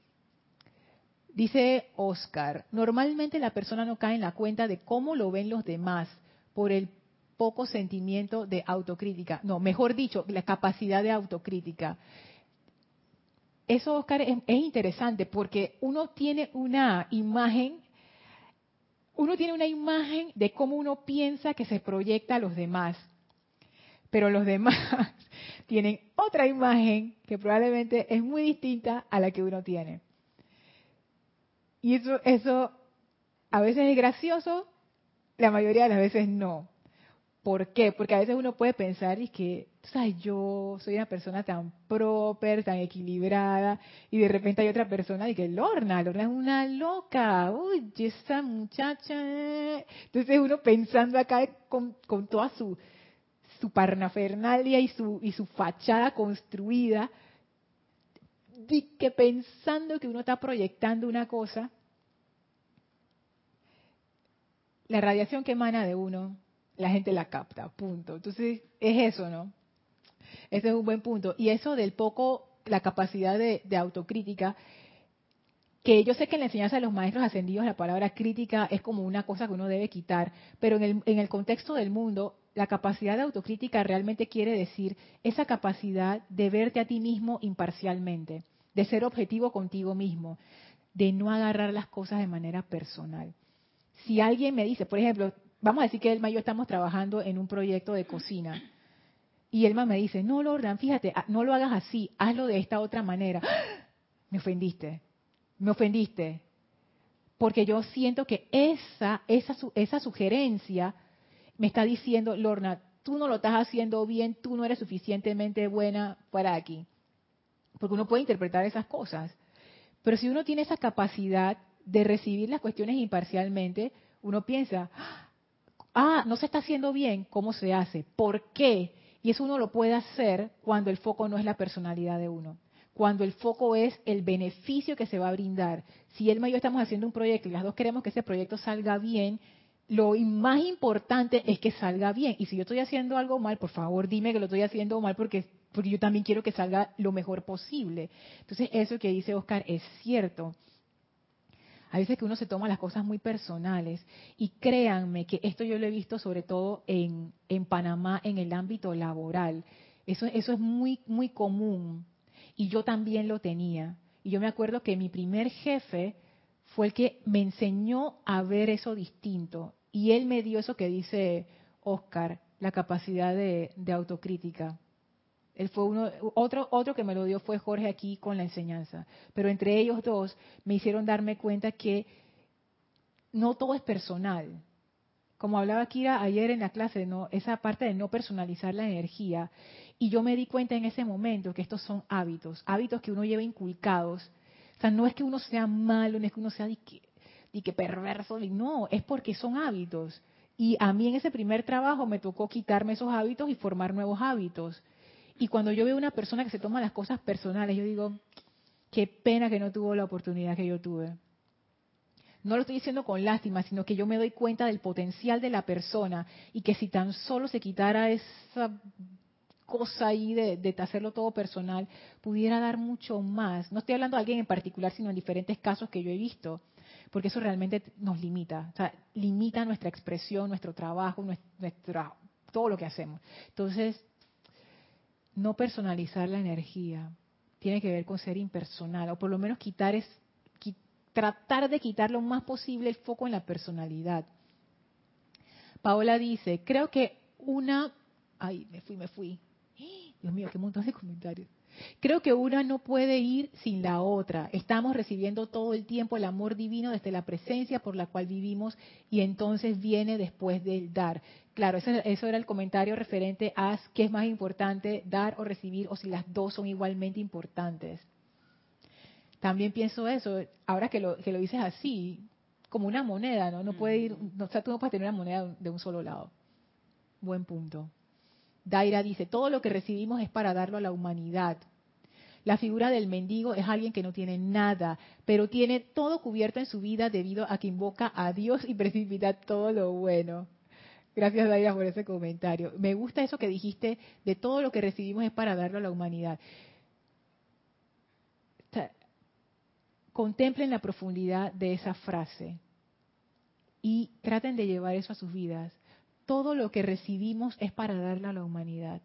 Dice Oscar, normalmente la persona no cae en la cuenta de cómo lo ven los demás por el poco sentimiento de autocrítica. No, mejor dicho, la capacidad de autocrítica. Eso, Oscar, es, es interesante porque uno tiene una imagen, uno tiene una imagen de cómo uno piensa que se proyecta a los demás. Pero los demás tienen otra imagen que probablemente es muy distinta a la que uno tiene. Y eso, eso a veces es gracioso, la mayoría de las veces no. ¿Por qué? Porque a veces uno puede pensar y que, tú sabes, yo soy una persona tan proper, tan equilibrada, y de repente hay otra persona y que Lorna, Lorna es una loca, uy, esa muchacha. Entonces uno pensando acá con, con toda su, su parnafernalia y su, y su fachada construida, y que pensando que uno está proyectando una cosa, la radiación que emana de uno, la gente la capta, punto. Entonces, es eso, ¿no? Ese es un buen punto. Y eso del poco, la capacidad de, de autocrítica, que yo sé que en la enseñanza de los maestros ascendidos la palabra crítica es como una cosa que uno debe quitar, pero en el, en el contexto del mundo, la capacidad de autocrítica realmente quiere decir esa capacidad de verte a ti mismo imparcialmente, de ser objetivo contigo mismo, de no agarrar las cosas de manera personal. Si alguien me dice, por ejemplo, vamos a decir que Elma y yo estamos trabajando en un proyecto de cocina, y Elma me dice, no, Lorna, fíjate, no lo hagas así, hazlo de esta otra manera. Me ofendiste, me ofendiste, porque yo siento que esa, esa, esa sugerencia me está diciendo, Lorna, tú no lo estás haciendo bien, tú no eres suficientemente buena para aquí. Porque uno puede interpretar esas cosas. Pero si uno tiene esa capacidad de recibir las cuestiones imparcialmente, uno piensa, ah, no se está haciendo bien, ¿cómo se hace? ¿Por qué? Y eso uno lo puede hacer cuando el foco no es la personalidad de uno, cuando el foco es el beneficio que se va a brindar. Si Elma y yo estamos haciendo un proyecto y las dos queremos que ese proyecto salga bien, lo más importante es que salga bien. Y si yo estoy haciendo algo mal, por favor dime que lo estoy haciendo mal porque, porque yo también quiero que salga lo mejor posible. Entonces eso que dice Oscar es cierto. A veces que uno se toma las cosas muy personales y créanme que esto yo lo he visto sobre todo en, en Panamá en el ámbito laboral. Eso, eso es muy, muy común y yo también lo tenía. Y yo me acuerdo que mi primer jefe fue el que me enseñó a ver eso distinto y él me dio eso que dice Oscar, la capacidad de, de autocrítica. Él fue uno, otro, otro que me lo dio fue Jorge aquí con la enseñanza. Pero entre ellos dos me hicieron darme cuenta que no todo es personal. Como hablaba Kira ayer en la clase, ¿no? Esa parte de no personalizar la energía. Y yo me di cuenta en ese momento que estos son hábitos, hábitos que uno lleva inculcados. O sea, no es que uno sea malo, no es que uno sea de que, de que perverso, no, es porque son hábitos. Y a mí en ese primer trabajo me tocó quitarme esos hábitos y formar nuevos hábitos. Y cuando yo veo una persona que se toma las cosas personales, yo digo, qué pena que no tuvo la oportunidad que yo tuve. No lo estoy diciendo con lástima, sino que yo me doy cuenta del potencial de la persona y que si tan solo se quitara esa cosa ahí de, de hacerlo todo personal, pudiera dar mucho más. No estoy hablando de alguien en particular, sino en diferentes casos que yo he visto, porque eso realmente nos limita, o sea, limita nuestra expresión, nuestro trabajo, nuestra, todo lo que hacemos. Entonces, no personalizar la energía tiene que ver con ser impersonal, o por lo menos quitar es, qui, tratar de quitar lo más posible el foco en la personalidad. Paola dice, creo que una... Ay, me fui, me fui. Dios mío, qué montón de comentarios. Creo que una no puede ir sin la otra. Estamos recibiendo todo el tiempo el amor divino desde la presencia por la cual vivimos y entonces viene después del dar. Claro, eso, eso era el comentario referente a qué es más importante, dar o recibir, o si las dos son igualmente importantes. También pienso eso, ahora que lo, que lo dices así, como una moneda, ¿no? No puede ir, no, o sea, tú no puedes tener una moneda de un solo lado. Buen punto. Daira dice, todo lo que recibimos es para darlo a la humanidad. La figura del mendigo es alguien que no tiene nada, pero tiene todo cubierto en su vida debido a que invoca a Dios y precipita todo lo bueno. Gracias, Daira, por ese comentario. Me gusta eso que dijiste, de todo lo que recibimos es para darlo a la humanidad. O sea, contemplen la profundidad de esa frase y traten de llevar eso a sus vidas. Todo lo que recibimos es para darle a la humanidad.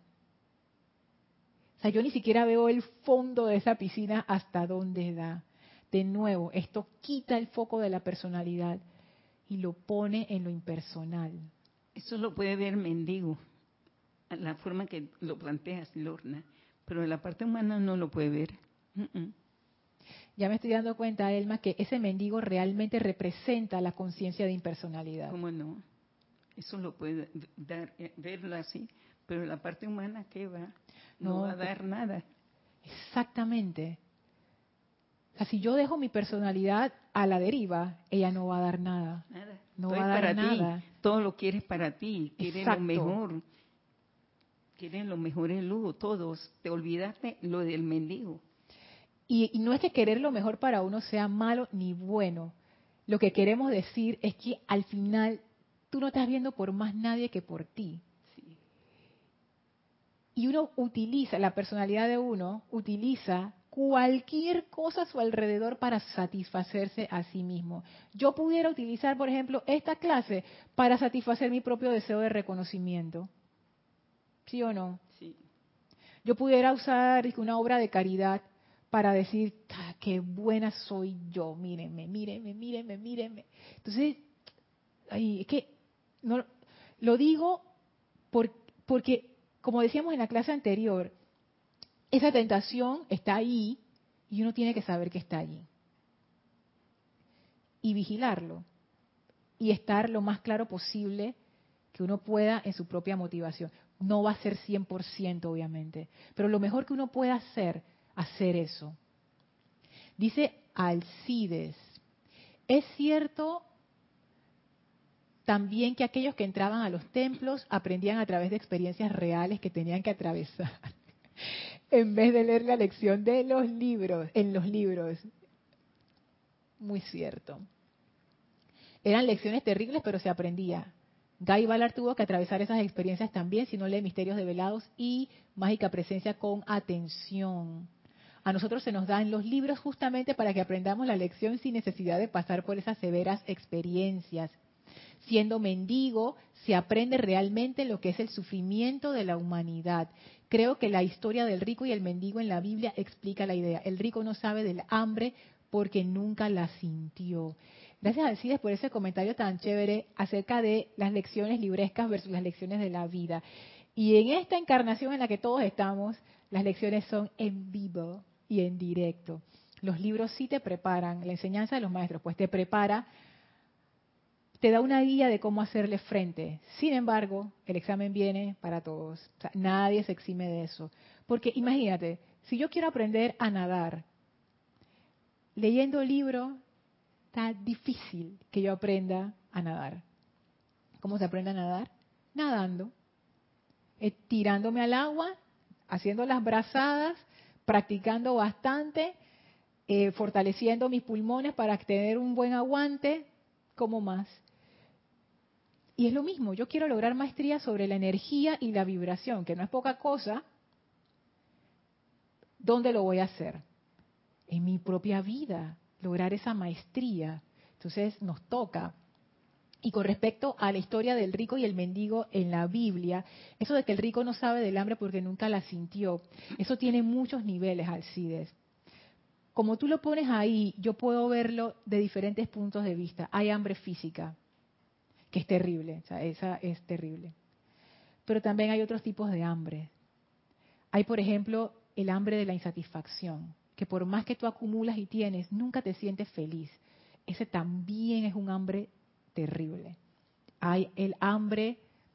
O sea, yo ni siquiera veo el fondo de esa piscina hasta dónde da. De nuevo, esto quita el foco de la personalidad y lo pone en lo impersonal. Eso lo puede ver mendigo. la forma que lo planteas, Lorna, pero la parte humana no lo puede ver. Uh-uh. Ya me estoy dando cuenta, Elma, que ese mendigo realmente representa la conciencia de impersonalidad. ¿Cómo no? Eso lo puede dar, verlo así, pero la parte humana, ¿qué va? No, no va a dar nada. Exactamente. O sea, si yo dejo mi personalidad a la deriva, ella no va a dar nada. Nada. No todo va a dar para nada. Ti. Todo lo quieres para ti. Quieres lo mejor. Quieres lo mejor en luz. Todos. Te olvidaste lo del mendigo. Y, y no es que querer lo mejor para uno sea malo ni bueno. Lo que queremos decir es que al final tú no estás viendo por más nadie que por ti. Sí. Y uno utiliza, la personalidad de uno utiliza cualquier cosa a su alrededor para satisfacerse a sí mismo. Yo pudiera utilizar, por ejemplo, esta clase para satisfacer mi propio deseo de reconocimiento. ¿Sí o no? Sí. Yo pudiera usar una obra de caridad para decir, ah, qué buena soy yo, mírenme, mírenme, mírenme, mírenme. Entonces, ay, es que no, lo digo por, porque, como decíamos en la clase anterior, esa tentación está ahí y uno tiene que saber que está allí. Y vigilarlo. Y estar lo más claro posible que uno pueda en su propia motivación. No va a ser cien por ciento, obviamente. Pero lo mejor que uno pueda hacer, hacer eso. Dice Alcides, es cierto también que aquellos que entraban a los templos aprendían a través de experiencias reales que tenían que atravesar. En vez de leer la lección de los libros, en los libros. Muy cierto. Eran lecciones terribles, pero se aprendía. Guy Ballard tuvo que atravesar esas experiencias también, si no lee Misterios Develados y Mágica Presencia con atención. A nosotros se nos dan los libros justamente para que aprendamos la lección sin necesidad de pasar por esas severas experiencias. Siendo mendigo, se aprende realmente lo que es el sufrimiento de la humanidad. Creo que la historia del rico y el mendigo en la Biblia explica la idea. El rico no sabe del hambre porque nunca la sintió. Gracias, Alcides, por ese comentario tan chévere acerca de las lecciones librescas versus las lecciones de la vida. Y en esta encarnación en la que todos estamos, las lecciones son en vivo y en directo. Los libros sí te preparan, la enseñanza de los maestros, pues te prepara, te da una guía de cómo hacerle frente. Sin embargo, el examen viene para todos. O sea, nadie se exime de eso. Porque imagínate, si yo quiero aprender a nadar, leyendo el libro, está difícil que yo aprenda a nadar. ¿Cómo se aprende a nadar? Nadando. Eh, tirándome al agua, haciendo las brazadas, practicando bastante, eh, fortaleciendo mis pulmones para tener un buen aguante, como más. Y es lo mismo, yo quiero lograr maestría sobre la energía y la vibración, que no es poca cosa. ¿Dónde lo voy a hacer? En mi propia vida, lograr esa maestría. Entonces nos toca. Y con respecto a la historia del rico y el mendigo en la Biblia, eso de que el rico no sabe del hambre porque nunca la sintió, eso tiene muchos niveles, Alcides. Como tú lo pones ahí, yo puedo verlo de diferentes puntos de vista. Hay hambre física, que es terrible, o sea, esa es terrible. Pero también hay otros tipos de hambre. Hay, por ejemplo, el hambre de la insatisfacción, que por más que tú acumulas y tienes, nunca te sientes feliz. Ese también es un hambre terrible. Hay el hambre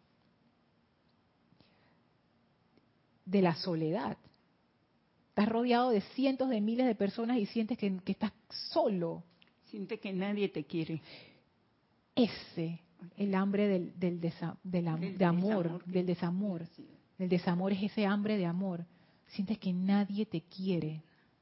de la soledad. Estás rodeado de cientos de miles de personas y sientes que, que estás solo. Sientes que nadie te quiere. Ese, el hambre del, del, desa, del, del de amor, desamor, del desamor. El desamor es ese hambre de amor. Sientes que nadie te quiere.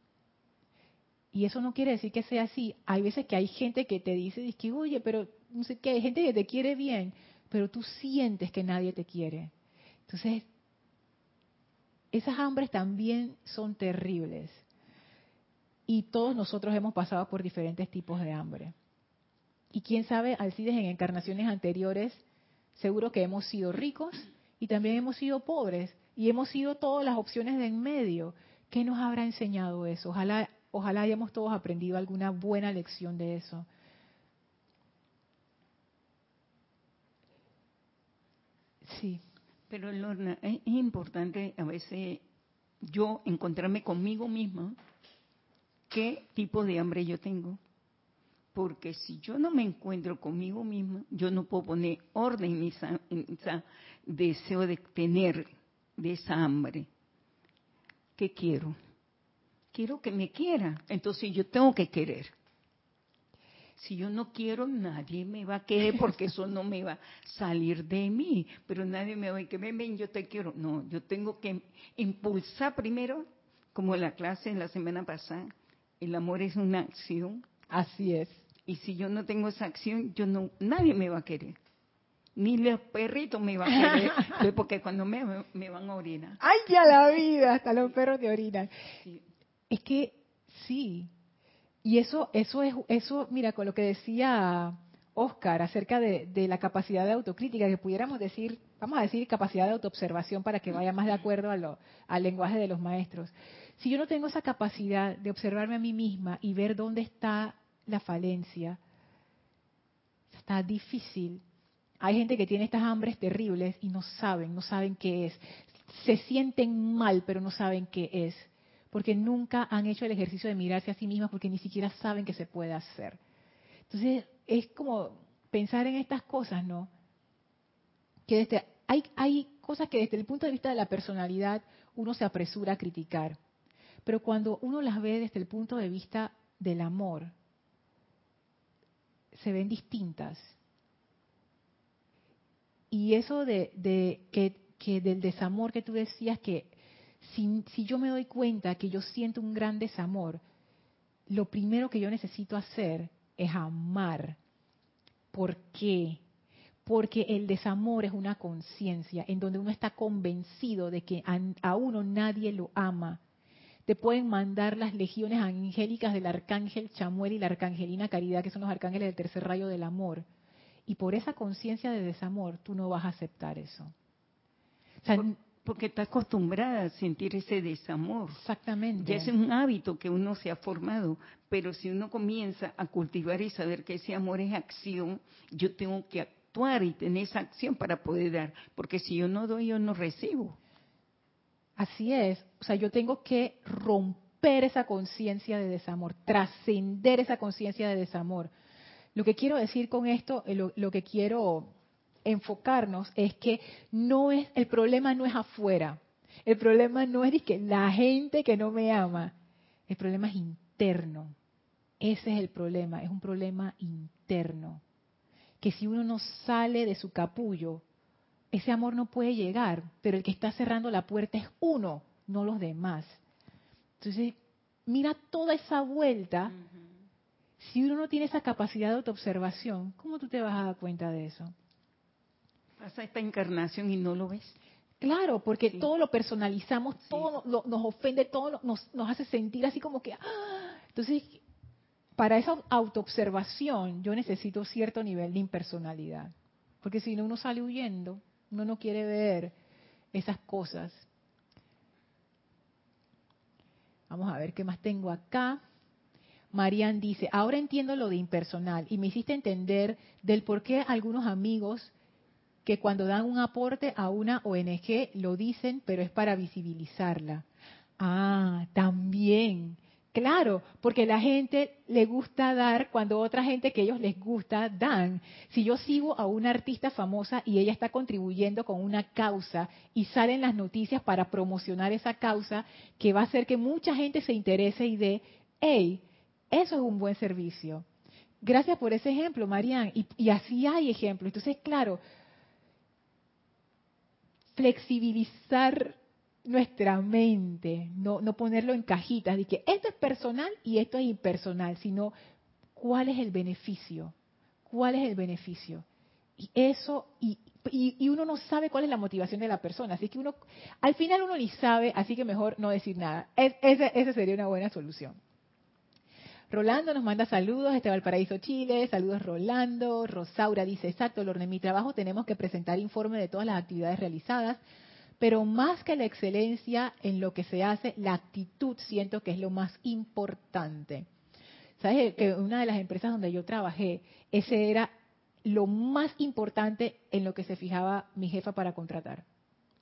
Y eso no quiere decir que sea así. Hay veces que hay gente que te dice, dice oye, pero no sé qué, hay gente que te quiere bien, pero tú sientes que nadie te quiere. Entonces, esas hambres también son terribles. Y todos nosotros hemos pasado por diferentes tipos de hambre. Y quién sabe, Alcides, en encarnaciones anteriores, seguro que hemos sido ricos y también hemos sido pobres. Y hemos sido todas las opciones de en medio. ¿Qué nos habrá enseñado eso? Ojalá, ojalá hayamos todos aprendido alguna buena lección de eso. Sí, Pero Lorna, es, es importante a veces yo encontrarme conmigo misma qué tipo de hambre yo tengo. Porque si yo no me encuentro conmigo misma, yo no puedo poner orden en ese deseo de tener, de esa hambre. ¿Qué quiero? Quiero que me quiera, entonces yo tengo que querer. Si yo no quiero, nadie me va a querer porque eso no me va a salir de mí. Pero nadie me va a decir, ven, ven, yo te quiero. No, yo tengo que impulsar primero, como en la clase de la semana pasada, el amor es una acción. Así es. Y si yo no tengo esa acción, yo no, nadie me va a querer. Ni los perritos me van a querer, porque cuando me, me van a orinar. ¡Ay, ya la vida! Hasta los perros te orinan. Sí. Es que sí. Y eso, eso es, eso, mira, con lo que decía Oscar acerca de, de la capacidad de autocrítica, que pudiéramos decir, vamos a decir capacidad de autoobservación para que vaya más de acuerdo a lo, al lenguaje de los maestros. Si yo no tengo esa capacidad de observarme a mí misma y ver dónde está la falencia, está difícil. Hay gente que tiene estas hambres terribles y no saben, no saben qué es. Se sienten mal, pero no saben qué es. Porque nunca han hecho el ejercicio de mirarse a sí mismas porque ni siquiera saben que se puede hacer. Entonces, es como pensar en estas cosas, ¿no? Que desde, hay, hay cosas que desde el punto de vista de la personalidad uno se apresura a criticar. Pero cuando uno las ve desde el punto de vista del amor, se ven distintas. Y eso de, de que, que del desamor que tú decías, que si, si yo me doy cuenta que yo siento un gran desamor, lo primero que yo necesito hacer es amar. ¿Por qué? Porque el desamor es una conciencia en donde uno está convencido de que a, a uno nadie lo ama. Te pueden mandar las legiones angélicas del arcángel Chamuel y la arcangelina Caridad, que son los arcángeles del tercer rayo del amor. Y por esa conciencia de desamor, tú no vas a aceptar eso. O sea, Por, porque está acostumbrada a sentir ese desamor. Exactamente. Ya es un hábito que uno se ha formado. Pero si uno comienza a cultivar y saber que ese amor es acción, yo tengo que actuar y tener esa acción para poder dar. Porque si yo no doy, yo no recibo. Así es. O sea, yo tengo que romper esa conciencia de desamor, trascender esa conciencia de desamor. Lo que quiero decir con esto, lo, lo que quiero enfocarnos es que no es, el problema no es afuera. El problema no es que la gente que no me ama. El problema es interno. Ese es el problema, es un problema interno. Que si uno no sale de su capullo, ese amor no puede llegar, pero el que está cerrando la puerta es uno, no los demás. Entonces, mira toda esa vuelta. Uh-huh. Si uno no tiene esa capacidad de autoobservación, ¿cómo tú te vas a dar cuenta de eso? Pasa esta encarnación y no lo ves. Claro, porque sí. Todo lo personalizamos, sí. todo lo, nos ofende, todo nos, nos hace sentir así como que... ¡ah! Entonces, para esa autoobservación yo necesito cierto nivel de impersonalidad. Porque si no, uno sale huyendo, uno no quiere ver esas cosas. Vamos a ver qué más tengo acá. Marian dice, ahora entiendo lo de impersonal y me hiciste entender del por qué algunos amigos que cuando dan un aporte a una O N G lo dicen, pero es para visibilizarla. Ah, también. Claro, porque la gente le gusta dar cuando otra gente que ellos les gusta dan. Si yo sigo a una artista famosa y ella está contribuyendo con una causa y salen las noticias para promocionar esa causa, que va a hacer que mucha gente se interese y dé, hey, eso es un buen servicio. Gracias por ese ejemplo, Marian. Y, y así hay ejemplos. Entonces, claro, flexibilizar nuestra mente, no, no ponerlo en cajitas, de que esto es personal y esto es impersonal, sino cuál es el beneficio, cuál es el beneficio. Y eso, y, y, y uno no sabe cuál es la motivación de la persona, así que uno, al final uno ni sabe, así que mejor no decir nada. Es, esa, esa sería una buena solución. Rolando nos manda saludos desde Valparaíso, Chile. Saludos, Rolando. Rosaura dice, exacto, Lorna, en mi trabajo tenemos que presentar informe de todas las actividades realizadas, pero más que la excelencia en lo que se hace, la actitud siento que es lo más importante. ¿Sabes? Que una de las empresas donde yo trabajé, ese era lo más importante en lo que se fijaba mi jefa para contratar.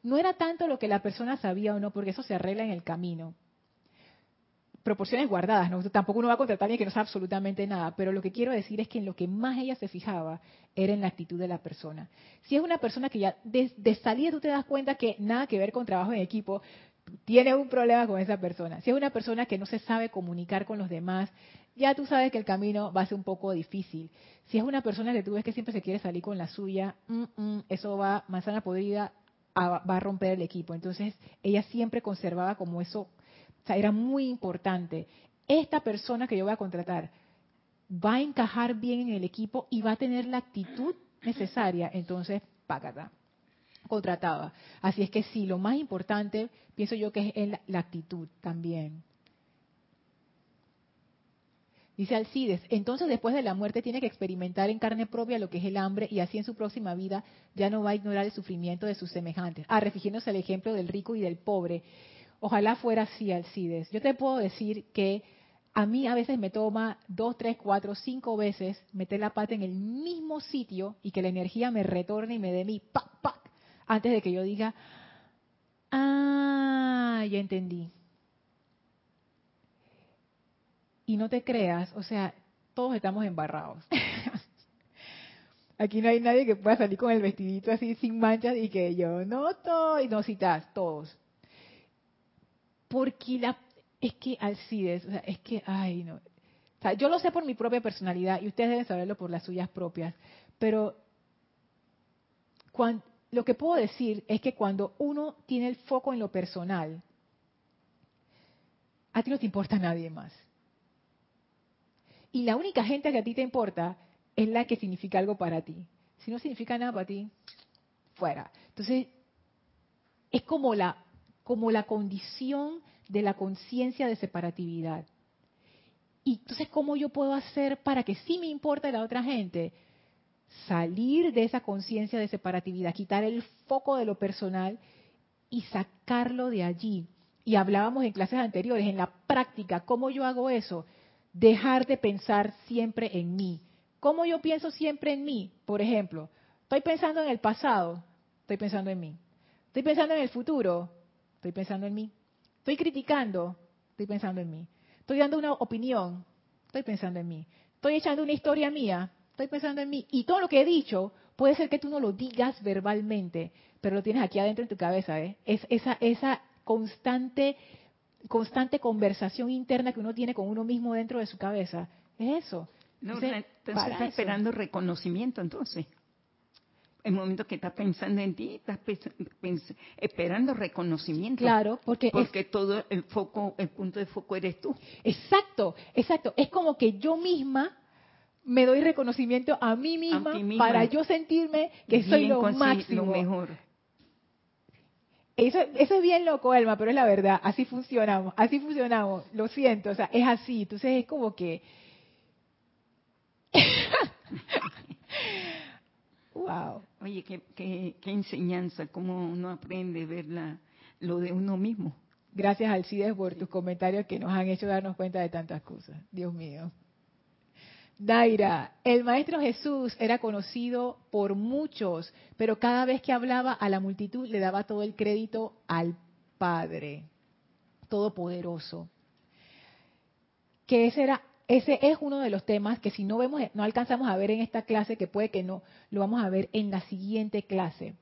no era tanto lo que la persona sabía o no, porque eso se arregla en el camino. Proporciones guardadas, ¿no? Tampoco uno va a contratar a alguien que no sabe absolutamente nada, pero lo que quiero decir es que en lo que más ella se fijaba era en la actitud de la persona. Si es una persona que ya de, de salida tú te das cuenta que nada que ver con trabajo en equipo, tiene un problema con esa persona. Si es una persona que no se sabe comunicar con los demás, ya tú sabes que el camino va a ser un poco difícil. Si es una persona que tú ves que siempre se quiere salir con la suya, mm, mm, eso va, manzana podrida, a, va a romper el equipo. Entonces, ella siempre conservaba como eso. O sea, era muy importante. Esta persona que yo voy a contratar va a encajar bien en el equipo y va a tener la actitud necesaria. Entonces, págata, contrataba. Así es que sí, lo más importante, pienso yo que es la, la actitud también. Dice Alcides, entonces después de la muerte tiene que experimentar en carne propia lo que es el hambre y así en su próxima vida ya no va a ignorar el sufrimiento de sus semejantes. Ah, refiriéndose al ejemplo del rico y del pobre. Ojalá fuera así, Alcides. Yo te puedo decir que a mí a veces me toma dos, tres, cuatro, cinco veces meter la pata en el mismo sitio y que la energía me retorne y me dé mi pac, pac, antes de que yo diga, ah, ya entendí. Y no te creas, o sea, todos estamos embarrados. Aquí no hay nadie que pueda salir con el vestidito así sin manchas y que yo no estoy, no citas, todos. Porque la, es que Alcides, o sea, es que, ay, no. O sea, yo lo sé por mi propia personalidad y ustedes deben saberlo por las suyas propias. Pero cuando, lo que puedo decir es que cuando uno tiene el foco en lo personal, a ti no te importa nadie más. Y la única gente que a ti te importa es la que significa algo para ti. Si no significa nada para ti, fuera. Entonces, es como la, como la condición de la conciencia de separatividad. Y entonces, ¿cómo yo puedo hacer para que sí me importe la otra gente? Salir de esa conciencia de separatividad, quitar el foco de lo personal y sacarlo de allí. Y hablábamos en clases anteriores, en la práctica, ¿cómo yo hago eso? Dejar de pensar siempre en mí. ¿Cómo yo pienso siempre en mí? Por ejemplo, estoy pensando en el pasado, estoy pensando en mí. Estoy pensando en el futuro, estoy pensando en mí. Estoy criticando, estoy pensando en mí. Estoy dando una opinión, estoy pensando en mí. Estoy echando una historia mía, estoy pensando en mí. Y todo lo que he dicho, puede ser que tú no lo digas verbalmente, pero lo tienes aquí adentro en tu cabeza, ¿eh? Es esa, esa constante, constante conversación interna que uno tiene con uno mismo dentro de su cabeza. Es eso. No, Entonces, entonces está esperando reconocimiento, entonces. El momento que estás pensando en ti, estás esperando reconocimiento. Claro, porque porque es, todo el foco, el punto de foco eres tú. Exacto, exacto. Es como que yo misma me doy reconocimiento a mí misma, A ti misma. para yo sentirme que Bien, soy lo consi- máximo. Lo mejor. Eso, eso es bien loco, Elma, pero es la verdad. Así funcionamos, así funcionamos. Lo siento, o sea, es así. Entonces es como que... Wow. Oye, qué, qué, qué enseñanza, cómo uno aprende a ver la, lo de uno mismo. Gracias, Alcides, por tus comentarios que nos han hecho darnos cuenta de tantas cosas. Dios mío. Daira, el Maestro Jesús era conocido por muchos, pero cada vez que hablaba a la multitud le daba todo el crédito al Padre Todopoderoso. Que ese era, ese es uno de los temas que si no vemos, no alcanzamos a ver en esta clase, que puede que no, lo vamos a ver en la siguiente clase.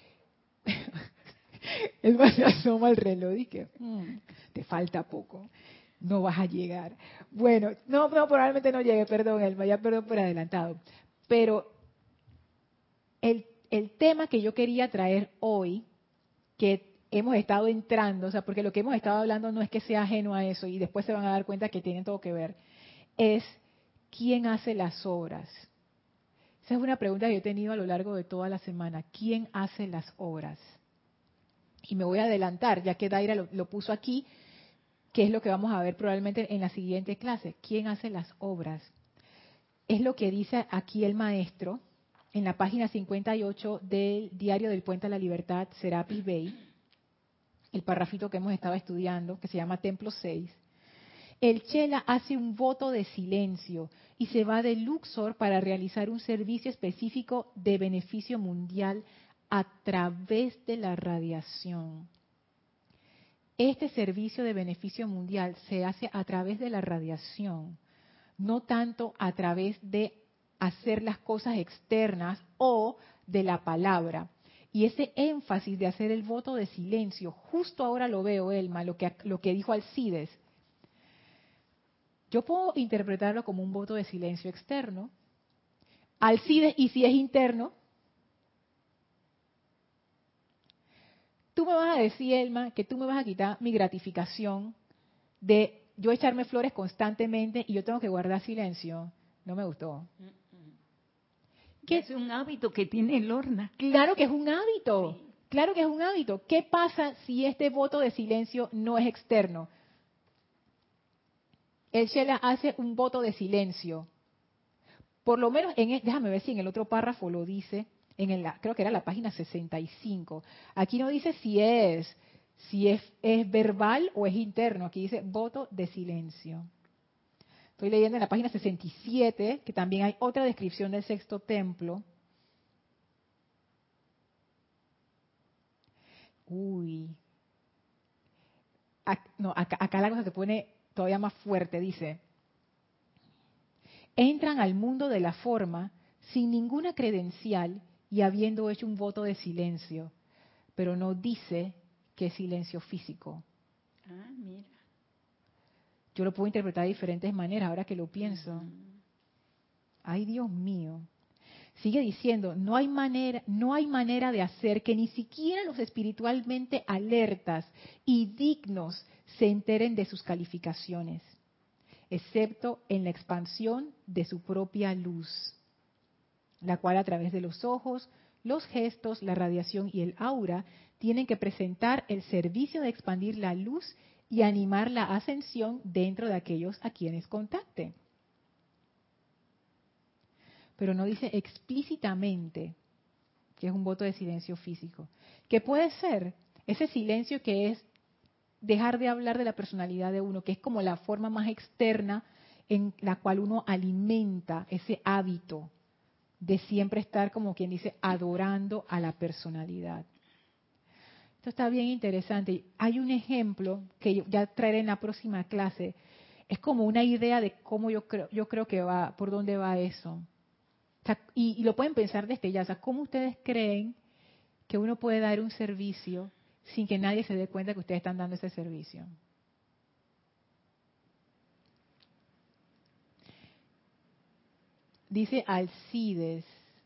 Él va a asoma el reloj y que mm, te falta poco, no vas a llegar. Bueno, no, no, probablemente no llegue, perdón, Elma, ya perdón por adelantado. Pero el, el tema que yo quería traer hoy, que hemos estado entrando, o sea, porque lo que hemos estado hablando no es que sea ajeno a eso, y después se van a dar cuenta que tienen todo que ver, es ¿quién hace las obras? Esa es una pregunta que yo he tenido a lo largo de toda la semana. ¿Quién hace las obras? Y me voy a adelantar, ya que Daira lo, lo puso aquí, que es lo que vamos a ver probablemente en la siguiente clase. ¿Quién hace las obras? Es lo que dice aquí el maestro en la página cincuenta y ocho del Diario del Puente a la Libertad, Serapis Bay, el parrafito que hemos estado estudiando, que se llama Templo seis. El Chela hace un voto de silencio y se va de Luxor para realizar un servicio específico de beneficio mundial a través de la radiación. Este servicio de beneficio mundial se hace a través de la radiación, no tanto a través de hacer las cosas externas o de la palabra. Y ese énfasis de hacer el voto de silencio, justo ahora lo veo, Elma, lo que, lo que dijo Alcides. Yo puedo interpretarlo como un voto de silencio externo. Alcides, y si es interno, tú me vas a decir, Elma, que tú me vas a quitar mi gratificación de yo echarme flores constantemente y yo tengo que guardar silencio. No me gustó. ¿Qué? Es un hábito que tiene Lorna. Claro que es un hábito. Sí. Claro que es un hábito. ¿Qué pasa si este voto de silencio no es externo? El Shela hace un voto de silencio. Por lo menos, en el, déjame ver si en el otro párrafo lo dice, en el, creo que era la página sesenta y cinco. Aquí no dice si es, si es, es verbal o es interno. Aquí dice voto de silencio. Estoy leyendo en la página sesenta y siete, que también hay otra descripción del sexto templo. Uy. Acá, no, acá, acá la cosa se pone todavía más fuerte, dice. Entran al mundo de la forma sin ninguna credencial y habiendo hecho un voto de silencio, pero no dice que es silencio físico. Ah, mira. Yo lo puedo interpretar de diferentes maneras ahora que lo pienso. Uh-huh. Ay, Dios mío. Sigue diciendo, no hay manera, no hay manera de hacer que ni siquiera los espiritualmente alertas y dignos se enteren de sus calificaciones, excepto en la expansión de su propia luz, la cual a través de los ojos, los gestos, la radiación y el aura tienen que presentar el servicio de expandir la luz y animar la ascensión dentro de aquellos a quienes contacten. Pero no dice explícitamente que es un voto de silencio físico. Que puede ser ese silencio que es dejar de hablar de la personalidad de uno, que es como la forma más externa en la cual uno alimenta ese hábito de siempre estar, como quien dice, adorando a la personalidad. Esto está bien interesante. Hay un ejemplo que ya traeré en la próxima clase. Es como una idea de cómo yo creo, yo creo que va, por dónde va eso. O sea, y, y lo pueden pensar desde ya. O sea, ¿cómo ustedes creen que uno puede dar un servicio sin que nadie se dé cuenta que ustedes están dando ese servicio? Dice Alcides.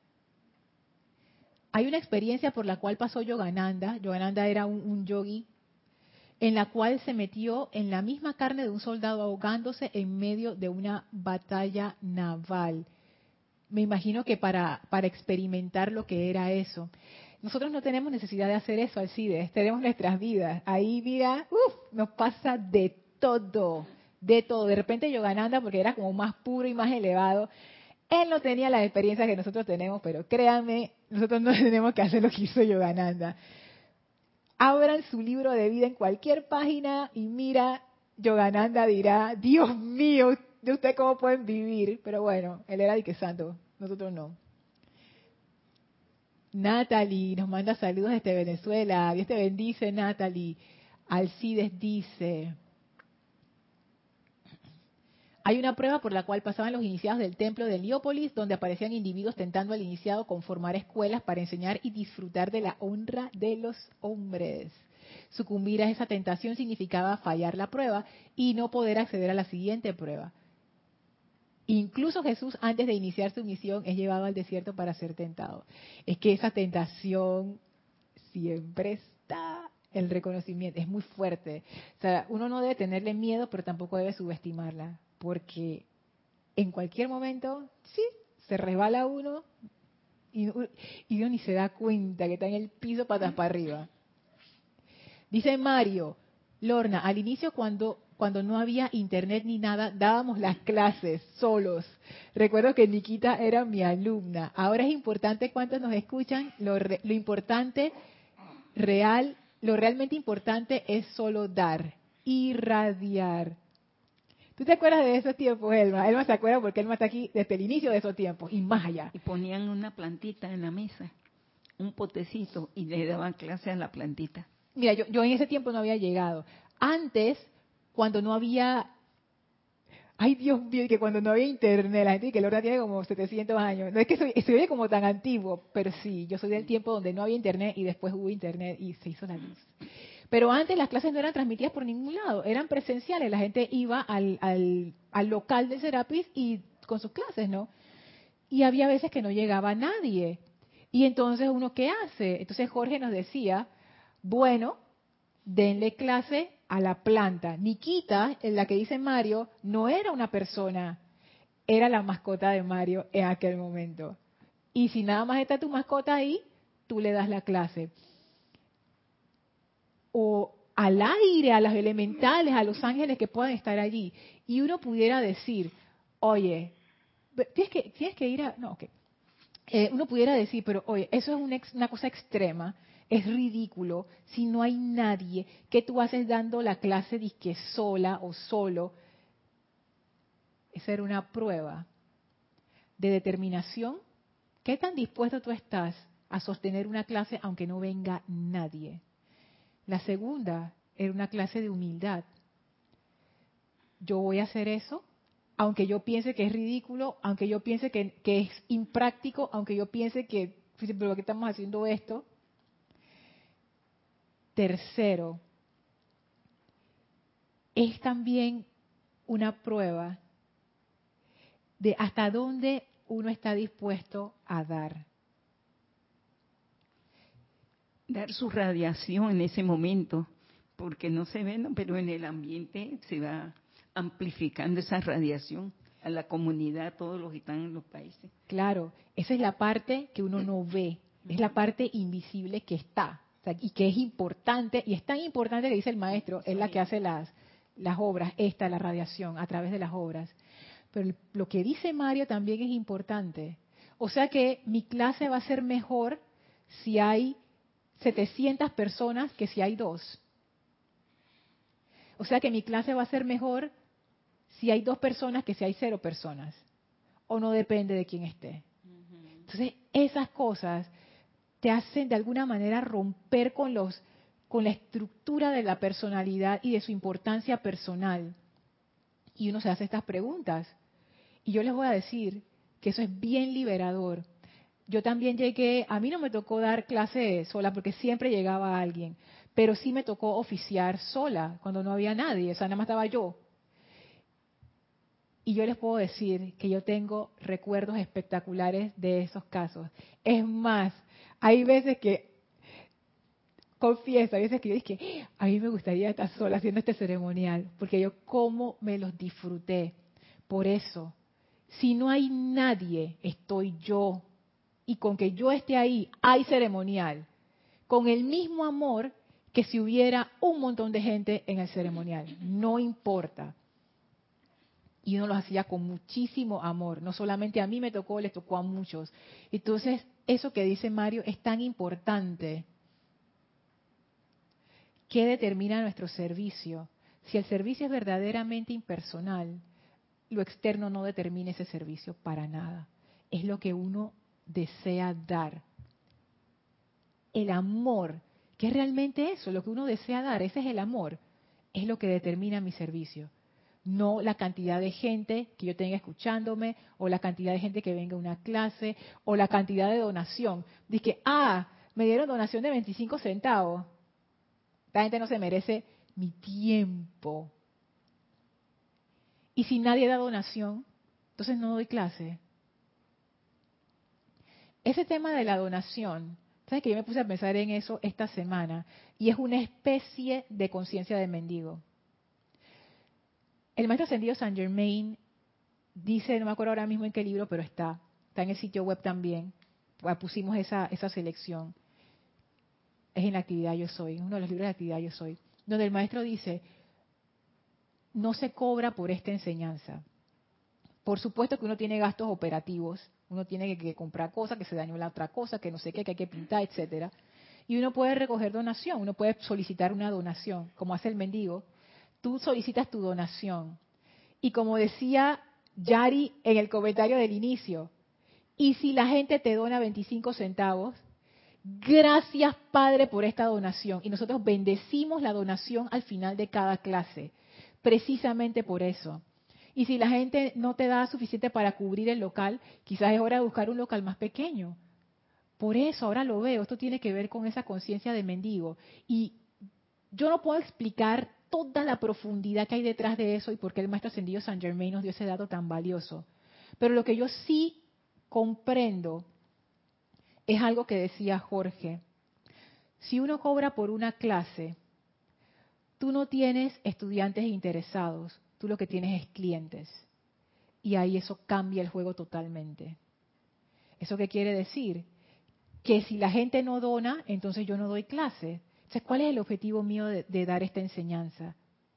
Hay una experiencia por la cual pasó Yogananda. Yogananda era un, un yogi en la cual se metió en la misma carne de un soldado ahogándose en medio de una batalla naval. Me imagino que para, para experimentar lo que era eso. Nosotros no tenemos necesidad de hacer eso, Alcides. Tenemos nuestras vidas. Ahí, mira, uf, nos pasa de todo, de todo. De repente Yogananda, porque era como más puro y más elevado, él no tenía las experiencias que nosotros tenemos, pero créanme, nosotros no tenemos que hacer lo que hizo Yogananda. Abran su libro de vida en cualquier página y mira, Yogananda dirá, Dios mío, ¿de usted cómo pueden vivir? Pero bueno, él era de que santo, nosotros no. Natalie nos manda saludos desde Venezuela. Dios te bendice, Natalie. Alcides dice, hay una prueba por la cual pasaban los iniciados del templo de Heliópolis, donde aparecían individuos tentando al iniciado con formar escuelas para enseñar y disfrutar de la honra de los hombres. Sucumbir a esa tentación significaba fallar la prueba y no poder acceder a la siguiente prueba. Incluso Jesús, antes de iniciar su misión, es llevado al desierto para ser tentado. Es que esa tentación siempre está, el reconocimiento, es muy fuerte. O sea, uno no debe tenerle miedo, pero tampoco debe subestimarla, porque en cualquier momento, sí, se resbala uno y, y uno ni se da cuenta que está en el piso patas para arriba. Dice Mario, Lorna, al inicio cuando... Cuando no había internet ni nada, dábamos las clases solos. Recuerdo que Nikita era mi alumna. Ahora es importante cuántos nos escuchan. Lo, re, lo importante, real, lo realmente importante es solo dar, irradiar. ¿Tú te acuerdas de esos tiempos, Elma? Elma se acuerda porque Elma está aquí desde el inicio de esos tiempos y más allá. Y ponían una plantita en la mesa. un potecito y le daban clase a la plantita. Mira, yo, yo en ese tiempo no había llegado. Antes, cuando no había... Ay, Dios mío, que cuando no había internet, la gente dice que Lorna tiene como setecientos años. No es que soy, se oye como tan antiguo, pero sí, yo soy del tiempo donde no había internet y después hubo internet y se hizo la luz. Pero antes las clases no eran transmitidas por ningún lado, eran presenciales. La gente iba al, al, al local de Serapis y con sus clases, ¿no? Y había veces que no llegaba nadie. Y entonces, ¿uno qué hace? Entonces Jorge nos decía, bueno, denle clase a la planta. Nikita, en la que dice Mario, no era una persona, era la mascota de Mario en aquel momento. Y si nada más está tu mascota ahí, tú le das la clase. O al aire, a los elementales, a los ángeles que puedan estar allí. Y uno pudiera decir, oye, tienes que, tienes que ir a... No, ok. Eh, uno pudiera decir, pero oye, eso es una, ex, una cosa extrema, es ridículo, si no hay nadie, ¿qué tú haces dando la clase disque sola o solo? Esa era una prueba de determinación. ¿Qué tan dispuesto tú estás a sostener una clase aunque no venga nadie? La segunda era una clase de humildad. Yo voy a hacer eso, aunque yo piense que es ridículo, aunque yo piense que, que es impráctico, aunque yo piense que, pero ¿por qué estamos haciendo esto? Tercero, es también una prueba de hasta dónde uno está dispuesto a dar. Dar su radiación en ese momento, porque no se ve, ¿no? Pero en el ambiente se va amplificando esa radiación a la comunidad, a todos los que están en los países. Claro, esa es la parte que uno no ve, es la parte invisible que está, o sea, y que es importante, y es tan importante que dice el maestro, es la que hace las, las obras, esta, la radiación, a través de las obras. Pero lo que dice Mario también es importante. O sea que mi clase va a ser mejor si hay setecientas personas que si hay dos. O sea que mi clase va a ser mejor si hay dos personas que si hay cero personas. O no depende de quién esté. Entonces, esas cosas te hacen de alguna manera romper con los con la estructura de la personalidad y de su importancia personal. Y uno se hace estas preguntas. Y yo les voy a decir que eso es bien liberador. Yo también llegué, a mí no me tocó dar clase sola porque siempre llegaba alguien, pero sí me tocó oficiar sola cuando no había nadie, o sea, nada más estaba yo. Y yo les puedo decir que yo tengo recuerdos espectaculares de esos casos. Es más, hay veces que, confieso, hay veces que yo dije, a mí me gustaría estar sola haciendo este ceremonial, porque yo cómo me los disfruté. Por eso, si no hay nadie, estoy yo. Y con que yo esté ahí, hay ceremonial. Con el mismo amor que si hubiera un montón de gente en el ceremonial. No importa. Y uno lo hacía con muchísimo amor. No solamente a mí me tocó, les tocó a muchos. Entonces, eso que dice Mario es tan importante. ¿Qué determina nuestro servicio? Si el servicio es verdaderamente impersonal, lo externo no determina ese servicio para nada. Es lo que uno desea dar. El amor, que es realmente eso, lo que uno desea dar, ese es el amor, es lo que determina mi servicio. No la cantidad de gente que yo tenga escuchándome, o la cantidad de gente que venga a una clase, o la cantidad de donación. Dice que, ah, me dieron donación de veinticinco centavos. La gente no se merece mi tiempo. Y si nadie da donación, entonces no doy clase. Ese tema de la donación, ¿sabes que yo me puse a pensar en eso esta semana? Y es una especie de conciencia de mendigo. El maestro ascendido Saint Germain dice, no me acuerdo ahora mismo en qué libro, pero está, está en el sitio web también, pusimos esa, esa selección, es en la actividad Yo Soy, en uno de los libros de la actividad Yo Soy, donde el maestro dice, no se cobra por esta enseñanza. Por supuesto que uno tiene gastos operativos, uno tiene que, que comprar cosas, que se dañó la otra cosa, que no sé qué, que hay que pintar, etcétera. Y uno puede recoger donación, uno puede solicitar una donación, como hace el mendigo. Tú solicitas tu donación. Y como decía Yari en el comentario del inicio, y si la gente te dona veinticinco centavos, gracias Padre por esta donación. Y nosotros bendecimos la donación al final de cada clase, precisamente por eso. Y si la gente no te da suficiente para cubrir el local, quizás es hora de buscar un local más pequeño. Por eso, ahora lo veo, esto tiene que ver con esa conciencia de mendigo. Y yo no puedo explicar toda la profundidad que hay detrás de eso y por qué el Maestro Ascendido Saint Germain nos dio ese dato tan valioso. Pero lo que yo sí comprendo es algo que decía Jorge. Si uno cobra por una clase, tú no tienes estudiantes interesados, tú lo que tienes es clientes. Y ahí eso cambia el juego totalmente. ¿Eso qué quiere decir? Que si la gente no dona, entonces yo no doy clase. Entonces, ¿cuál es el objetivo mío de, de dar esta enseñanza?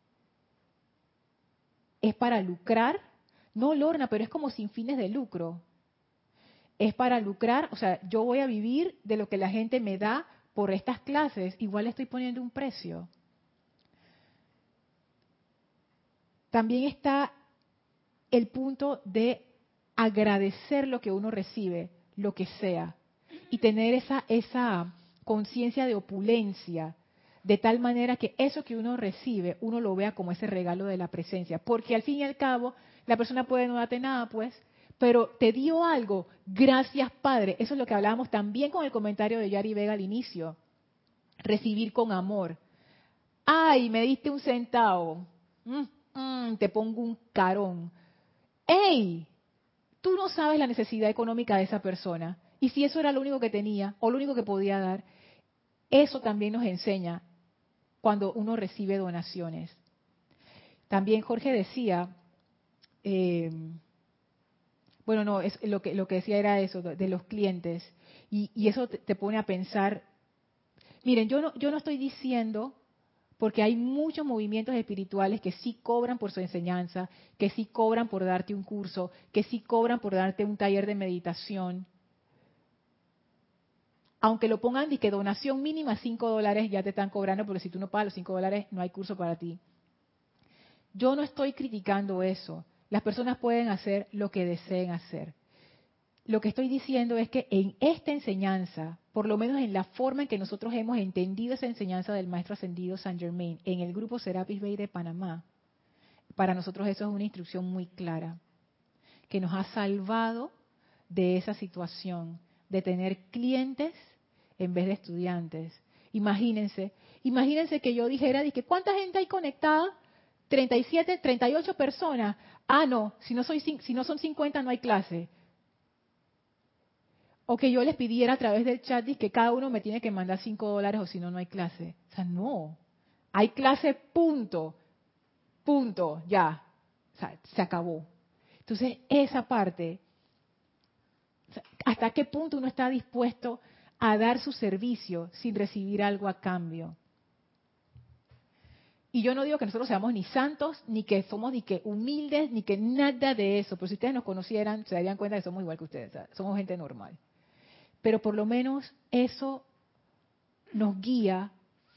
¿Es para lucrar? No, Lorna, pero es como sin fines de lucro. Es para lucrar, o sea, yo voy a vivir de lo que la gente me da por estas clases, igual estoy poniendo un precio. También está el punto de agradecer lo que uno recibe, lo que sea, y tener esa, esa conciencia de opulencia, de tal manera que eso que uno recibe, uno lo vea como ese regalo de la presencia, porque al fin y al cabo, la persona puede no darte nada, pues, pero te dio algo, gracias Padre. Eso es lo que hablábamos también con el comentario de Yari Vega al inicio, recibir con amor. Ay, me diste un centavo, mm, mm, te pongo un carón. ¡Ey! Tú no sabes la necesidad económica de esa persona. Y si eso era lo único que tenía o lo único que podía dar, eso también nos enseña cuando uno recibe donaciones. También Jorge decía, eh, bueno, no, es lo que lo que decía era eso de los clientes y, y eso te, te pone a pensar. Miren, yo no yo no estoy diciendo, porque hay muchos movimientos espirituales que sí cobran por su enseñanza, que sí cobran por darte un curso, que sí cobran por darte un taller de meditación. Aunque lo pongan de que donación mínima cinco dólares, ya te están cobrando, porque si tú no pagas los cinco dólares, no hay curso para ti. Yo no estoy criticando eso. Las personas pueden hacer lo que deseen hacer. Lo que estoy diciendo es que en esta enseñanza, por lo menos en la forma en que nosotros hemos entendido esa enseñanza del Maestro Ascendido Saint Germain, en el grupo Serapis Bay de Panamá, para nosotros eso es una instrucción muy clara, que nos ha salvado de esa situación, de tener clientes en vez de estudiantes. Imagínense, imagínense que yo dijera, dije, ¿cuánta gente hay conectada? treinta y siete, treinta y ocho personas. Ah, no, si no, soy, si no son cincuenta no hay clase. O que yo les pidiera a través del chat que cada uno me tiene que mandar cinco dólares o si no, no hay clase. O sea, no. Hay clase, punto. Punto, ya. O sea, se acabó. Entonces, esa parte, o sea, ¿hasta qué punto uno está dispuesto a dar su servicio sin recibir algo a cambio? Y yo no digo que nosotros seamos ni santos, ni que somos ni que humildes, ni que nada de eso. Pero si ustedes nos conocieran, se darían cuenta que somos igual que ustedes. O sea, somos gente normal. Pero por lo menos eso nos guía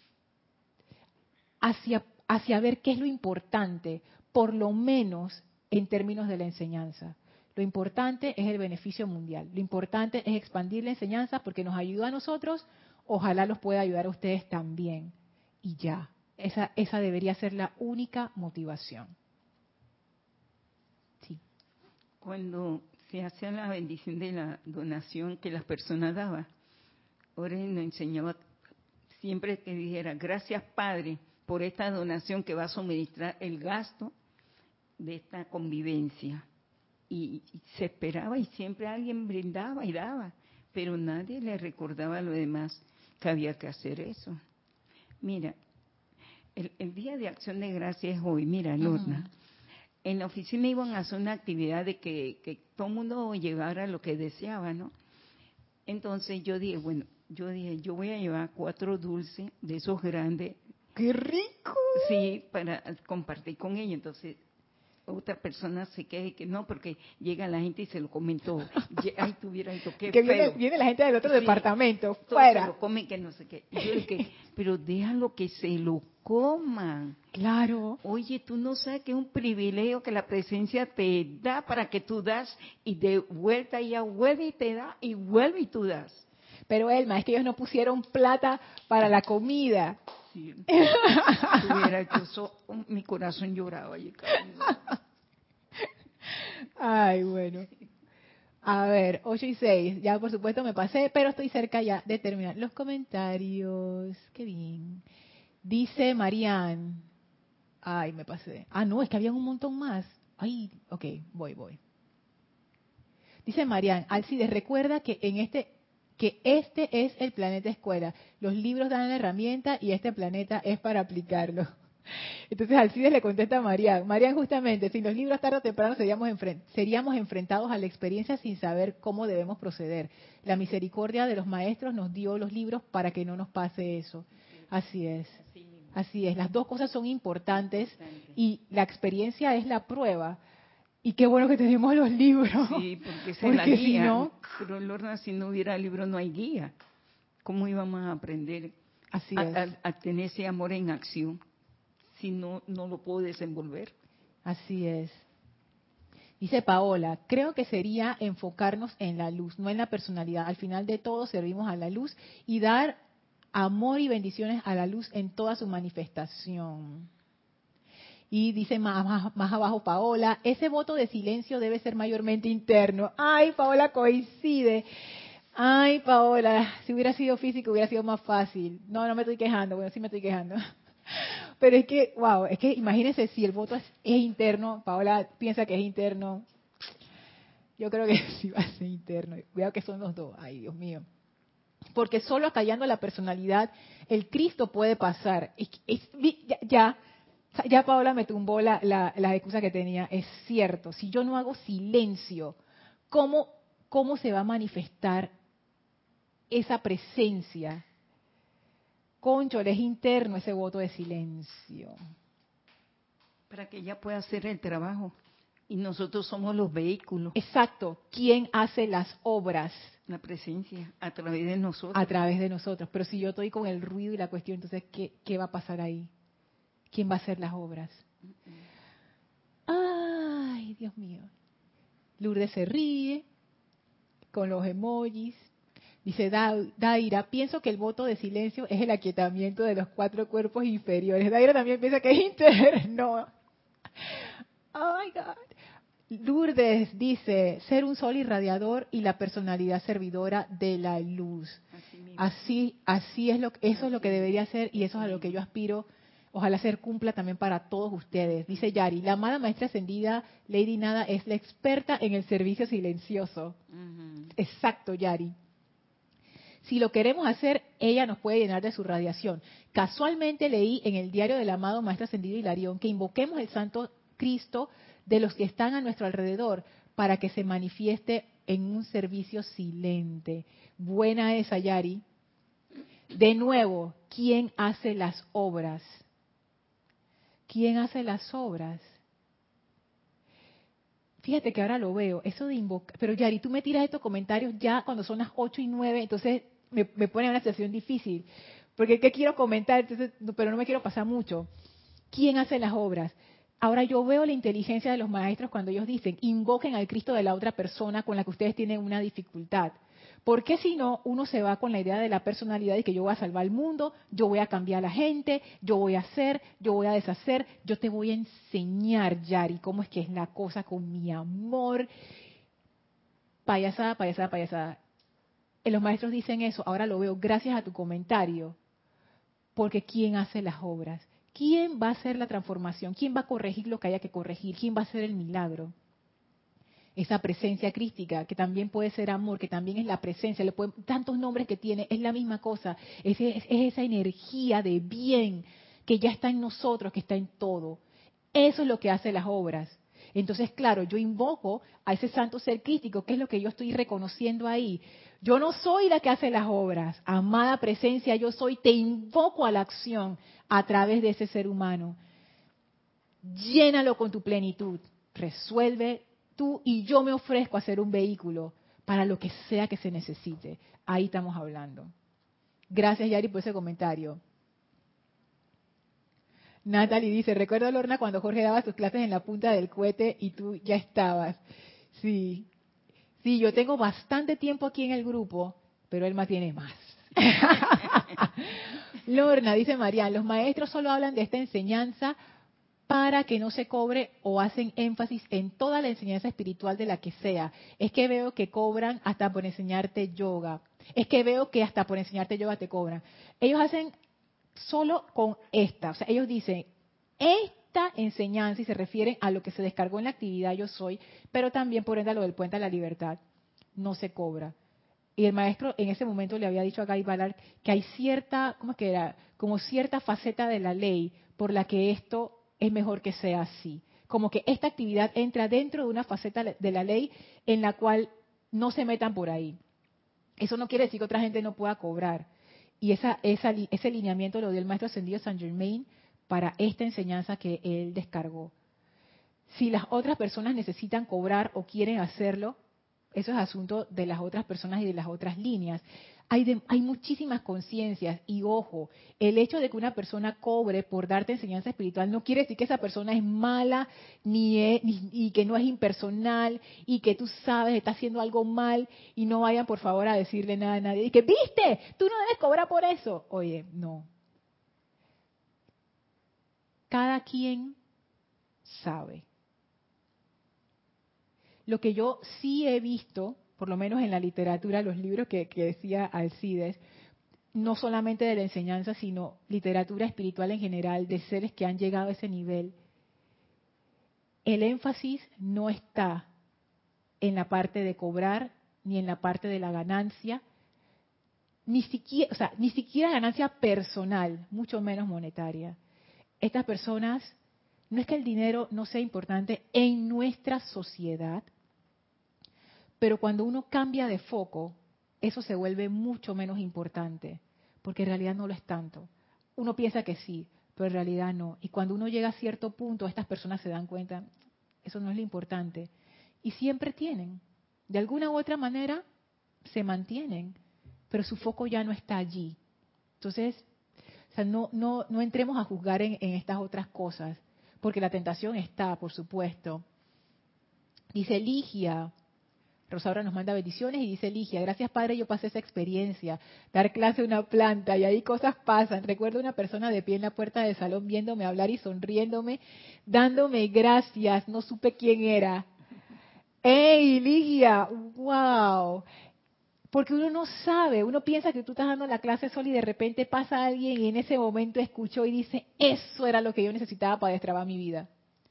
hacia, hacia ver qué es lo importante, por lo menos en términos de la enseñanza. Lo importante es el beneficio mundial. Lo importante es expandir la enseñanza porque nos ayuda a nosotros, ojalá los pueda ayudar a ustedes también. Y ya, esa, esa debería ser la única motivación. Sí. Cuando se hacía la bendición de la donación que las personas daban, Oren nos enseñaba siempre que dijera, gracias Padre por esta donación que va a suministrar el gasto de esta convivencia. Y, y se esperaba y siempre alguien brindaba y daba, pero nadie le recordaba a lo demás que había que hacer eso. Mira, el, el Día de Acción de Gracias es hoy, mira, Lorna. Uh-huh. En la oficina iban a hacer una actividad de que, que todo el mundo llevara lo que deseaba, ¿no? Entonces yo dije, bueno, yo dije, yo voy a llevar cuatro dulces de esos grandes. ¡Qué rico! Sí, para compartir con ella. Entonces otra persona se queja que no, porque llega la gente y se lo comen todo. Ay, tuviera esto, qué que feo. Viene, viene la gente del otro sí, departamento, fuera. Se lo comen que no sé qué. Y yo dije, pero déjalo que se lo coman. Claro. Oye, tú no sabes que es un privilegio que la presencia te da para que tú das y de vuelta ella vuelve y te da y vuelve y tú das. Pero Elma, es que ellos no pusieron plata para la comida. Sí. Si hubiera hecho eso, mi corazón lloraba. Y Ay, bueno. A ver, ocho y seis. Ya por supuesto me pasé, pero estoy cerca ya de terminar los comentarios. Qué bien. Dice Marian. Ay, me pasé. Ah, no, es que había un montón más. Ay, ok, voy, voy. Dice Marian, Alcides, recuerda que en este que este es el planeta escuela. Los libros dan la herramienta y este planeta es para aplicarlo. Entonces Alcides le contesta a Marian, Marian, justamente, sin los libros tarde o temprano seríamos, enfrent seríamos enfrentados a la experiencia sin saber cómo debemos proceder. La misericordia de los maestros nos dio los libros para que no nos pase eso. Así es. Así es. Las dos cosas son importantes y la experiencia es la prueba. Y qué bueno que tenemos los libros. Sí, porque se porque la guía. Si no, pero Lorna, si no hubiera libro no hay guía. ¿Cómo íbamos a aprender así a, es. a, a tener ese amor en acción si no, no lo puedo desenvolver? Así es. Dice Paola, creo que sería enfocarnos en la luz, no en la personalidad. Al final de todo servimos a la luz y dar amor y bendiciones a la luz en toda su manifestación. Y dice más, más, más abajo Paola, ese voto de silencio debe ser mayormente interno. Ay, Paola coincide. Ay, Paola, si hubiera sido físico hubiera sido más fácil. No, no me estoy quejando, bueno, sí me estoy quejando. Pero es que, wow, es que imagínense si el voto es, es interno, Paola piensa que es interno. Yo creo que sí va a ser interno. Cuidado que son los dos, ay, Dios mío. Porque solo acallando la personalidad, el Cristo puede pasar. Es, es, ya, ya Ya Paola me tumbó la, la, la excusa que tenía. Es cierto, si yo no hago silencio, ¿cómo, cómo se va a manifestar esa presencia? Cónchale, es interno ese voto de silencio. Para que ella pueda hacer el trabajo. Y nosotros somos los vehículos. Exacto. ¿Quién hace las obras? La presencia, a través de nosotros. A través de nosotros. Pero si yo estoy con el ruido y la cuestión, entonces, ¿qué, qué va a pasar ahí? ¿Quién va a hacer las obras? Ay, Dios mío. Lourdes se ríe con los emojis. Dice Daira, pienso que el voto de silencio es el aquietamiento de los cuatro cuerpos inferiores. Daira también piensa que es interno. Oh my God. Lourdes dice, ser un sol irradiador y la personalidad servidora de la luz. Así, así es lo, eso es lo que debería ser y eso es a lo que yo aspiro. Ojalá se cumpla también para todos ustedes. Dice Yari, la amada maestra ascendida, Lady Nada, es la experta en el servicio silencioso. Uh-huh. Exacto, Yari. Si lo queremos hacer, ella nos puede llenar de su radiación. Casualmente leí en el diario del amado maestro ascendido Hilarión que invoquemos el Santo Cristo de los que están a nuestro alrededor para que se manifieste en un servicio silente. Buena esa, Yari. De nuevo, ¿quién hace las obras? ¿Quién hace las obras? Fíjate que ahora lo veo, eso de invocar, pero Yari, tú me tiras estos comentarios ya cuando son las ocho y nueve, entonces me, me pone en una situación difícil, porque ¿qué quiero comentar? Entonces, pero no me quiero pasar mucho. ¿Quién hace las obras? Ahora yo veo la inteligencia de los maestros cuando ellos dicen, invoquen al Cristo de la otra persona con la que ustedes tienen una dificultad. ¿Por qué si no uno se va con la idea de la personalidad y que yo voy a salvar el mundo, yo voy a cambiar a la gente, yo voy a hacer, yo voy a deshacer, yo te voy a enseñar, Yari, cómo es que es la cosa con mi amor? Payasada, payasada, payasada. Y los maestros dicen eso, ahora lo veo gracias a tu comentario, porque ¿quién hace las obras? ¿Quién va a hacer la transformación? ¿Quién va a corregir lo que haya que corregir? ¿Quién va a hacer el milagro? Esa presencia crística, que también puede ser amor, que también es la presencia, le puede, tantos nombres que tiene, es la misma cosa, es, es, es esa energía de bien que ya está en nosotros, que está en todo. Eso es lo que hace las obras. Entonces, claro, yo invoco a ese santo ser crístico, que es lo que yo estoy reconociendo ahí. Yo no soy la que hace las obras, amada presencia, yo soy, te invoco a la acción a través de ese ser humano. Llénalo con tu plenitud, resuelve tú y yo me ofrezco a ser un vehículo para lo que sea que se necesite. Ahí estamos hablando. Gracias, Yari, por ese comentario. Natalie dice, recuerdo, Lorna, cuando Jorge daba sus clases en la punta del cohete y tú ya estabas. Sí, sí, yo tengo bastante tiempo aquí en el grupo, pero Elma tiene más. Lorna, dice María, los maestros solo hablan de esta enseñanza para que no se cobre o hacen énfasis en toda la enseñanza espiritual de la que sea. Es que veo que cobran hasta por enseñarte yoga. Es que veo que hasta por enseñarte yoga te cobran. Ellos hacen solo con esta. O sea, ellos dicen, esta enseñanza, y se refieren a lo que se descargó en la actividad Yo Soy, pero también por ende a lo del Puente a la Libertad, no se cobra. Y el maestro en ese momento le había dicho a Guy Ballard que hay cierta, ¿cómo es que era? Como cierta faceta de la ley por la que esto es mejor que sea así. Como que esta actividad entra dentro de una faceta de la ley en la cual no se metan por ahí. Eso no quiere decir que otra gente no pueda cobrar. Y esa, esa, ese lineamiento lo dio el maestro ascendido Saint Germain para esta enseñanza que él descargó. Si las otras personas necesitan cobrar o quieren hacerlo, eso es asunto de las otras personas y de las otras líneas. Hay, de, hay muchísimas conciencias y ojo, el hecho de que una persona cobre por darte enseñanza espiritual no quiere decir que esa persona es mala ni, es, ni y que no es impersonal y que tú sabes está haciendo algo mal y no vayan por favor a decirle nada a nadie y que viste, tú no debes cobrar por eso. Oye, no. Cada quien sabe. Lo que yo sí he visto, por lo menos en la literatura, los libros que, que decía Alcides, no solamente de la enseñanza, sino literatura espiritual en general, de seres que han llegado a ese nivel, el énfasis no está en la parte de cobrar, ni en la parte de la ganancia, ni siquiera, o sea, ni siquiera ganancia personal, mucho menos monetaria. Estas personas, no es que el dinero no sea importante en nuestra sociedad, pero cuando uno cambia de foco, eso se vuelve mucho menos importante, porque en realidad no lo es tanto. Uno piensa que sí, pero en realidad no. Y cuando uno llega a cierto punto, estas personas se dan cuenta, eso no es lo importante. Y siempre tienen, de alguna u otra manera, se mantienen, pero su foco ya no está allí. Entonces, o sea, no, no, no entremos a juzgar en, en estas otras cosas, porque la tentación está, por supuesto. Dice Ligia, Rosaura nos manda bendiciones y dice Ligia, gracias Padre, yo pasé esa experiencia, dar clase a una planta y ahí cosas pasan. Recuerdo una persona de pie en la puerta del salón viéndome hablar y sonriéndome, dándome gracias, no supe quién era. ¡Ey, Ligia! ¡Wow! Porque uno no sabe, uno piensa que tú estás dando la clase sola y de repente pasa alguien y en ese momento escuchó y dice, eso era lo que yo necesitaba para destrabar mi vida.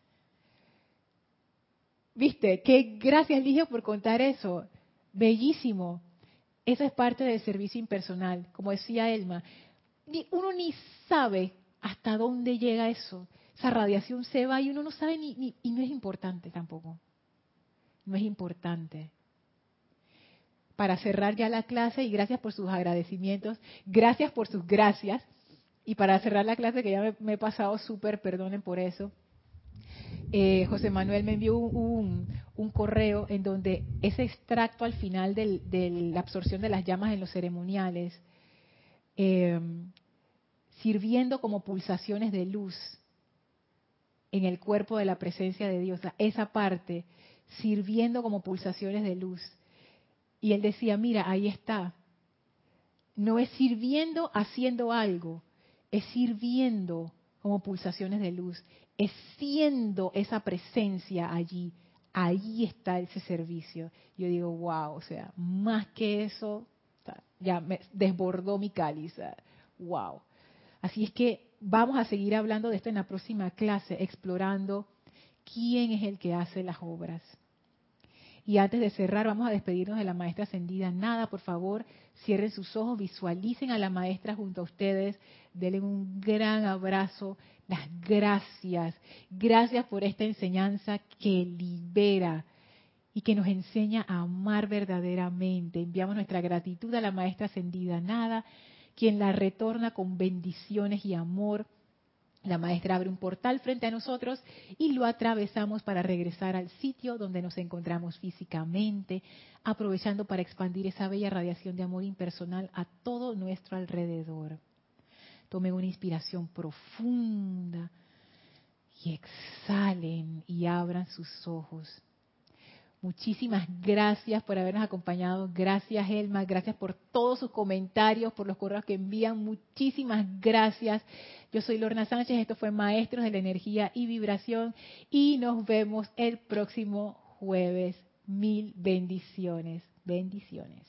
¿Viste? Qué gracias, Ligio, por contar eso. Bellísimo. Eso es parte del servicio impersonal. Como decía Elma, ni, uno ni sabe hasta dónde llega eso. Esa radiación se va y uno no sabe ni, ni... Y no es importante tampoco. No es importante. Para cerrar ya la clase, y gracias por sus agradecimientos, gracias por sus gracias, y para cerrar la clase, que ya me, me he pasado súper, perdonen por eso, Eh, José Manuel me envió un, un, un correo en donde ese extracto al final del, de la absorción de las llamas en los ceremoniales, eh, sirviendo como pulsaciones de luz en el cuerpo de la presencia de Dios, esa parte, sirviendo como pulsaciones de luz. Y él decía, mira, ahí está. No es sirviendo haciendo algo, es sirviendo como pulsaciones de luz, es siendo esa presencia allí. Ahí está ese servicio. Yo digo, wow, o sea, más que eso, ya me desbordó mi cáliz. Wow. Así es que vamos a seguir hablando de esto en la próxima clase, explorando quién es el que hace las obras. Y antes de cerrar, vamos a despedirnos de la maestra ascendida. Nada, por favor, cierren sus ojos, visualicen a la maestra junto a ustedes, denle un gran abrazo, las gracias. Gracias por esta enseñanza que libera y que nos enseña a amar verdaderamente. Enviamos nuestra gratitud a la maestra ascendida Nada, quien la retorna con bendiciones y amor. La maestra abre un portal frente a nosotros y lo atravesamos para regresar al sitio donde nos encontramos físicamente, aprovechando para expandir esa bella radiación de amor impersonal a todo nuestro alrededor. Tomen una inspiración profunda y exhalen y abran sus ojos. Muchísimas gracias por habernos acompañado. Gracias, Elma. Gracias por todos sus comentarios, por los correos que envían. Muchísimas gracias. Yo soy Lorna Sánchez. Esto fue Maestros de la Energía y Vibración. Y nos vemos el próximo jueves. Mil bendiciones. Bendiciones.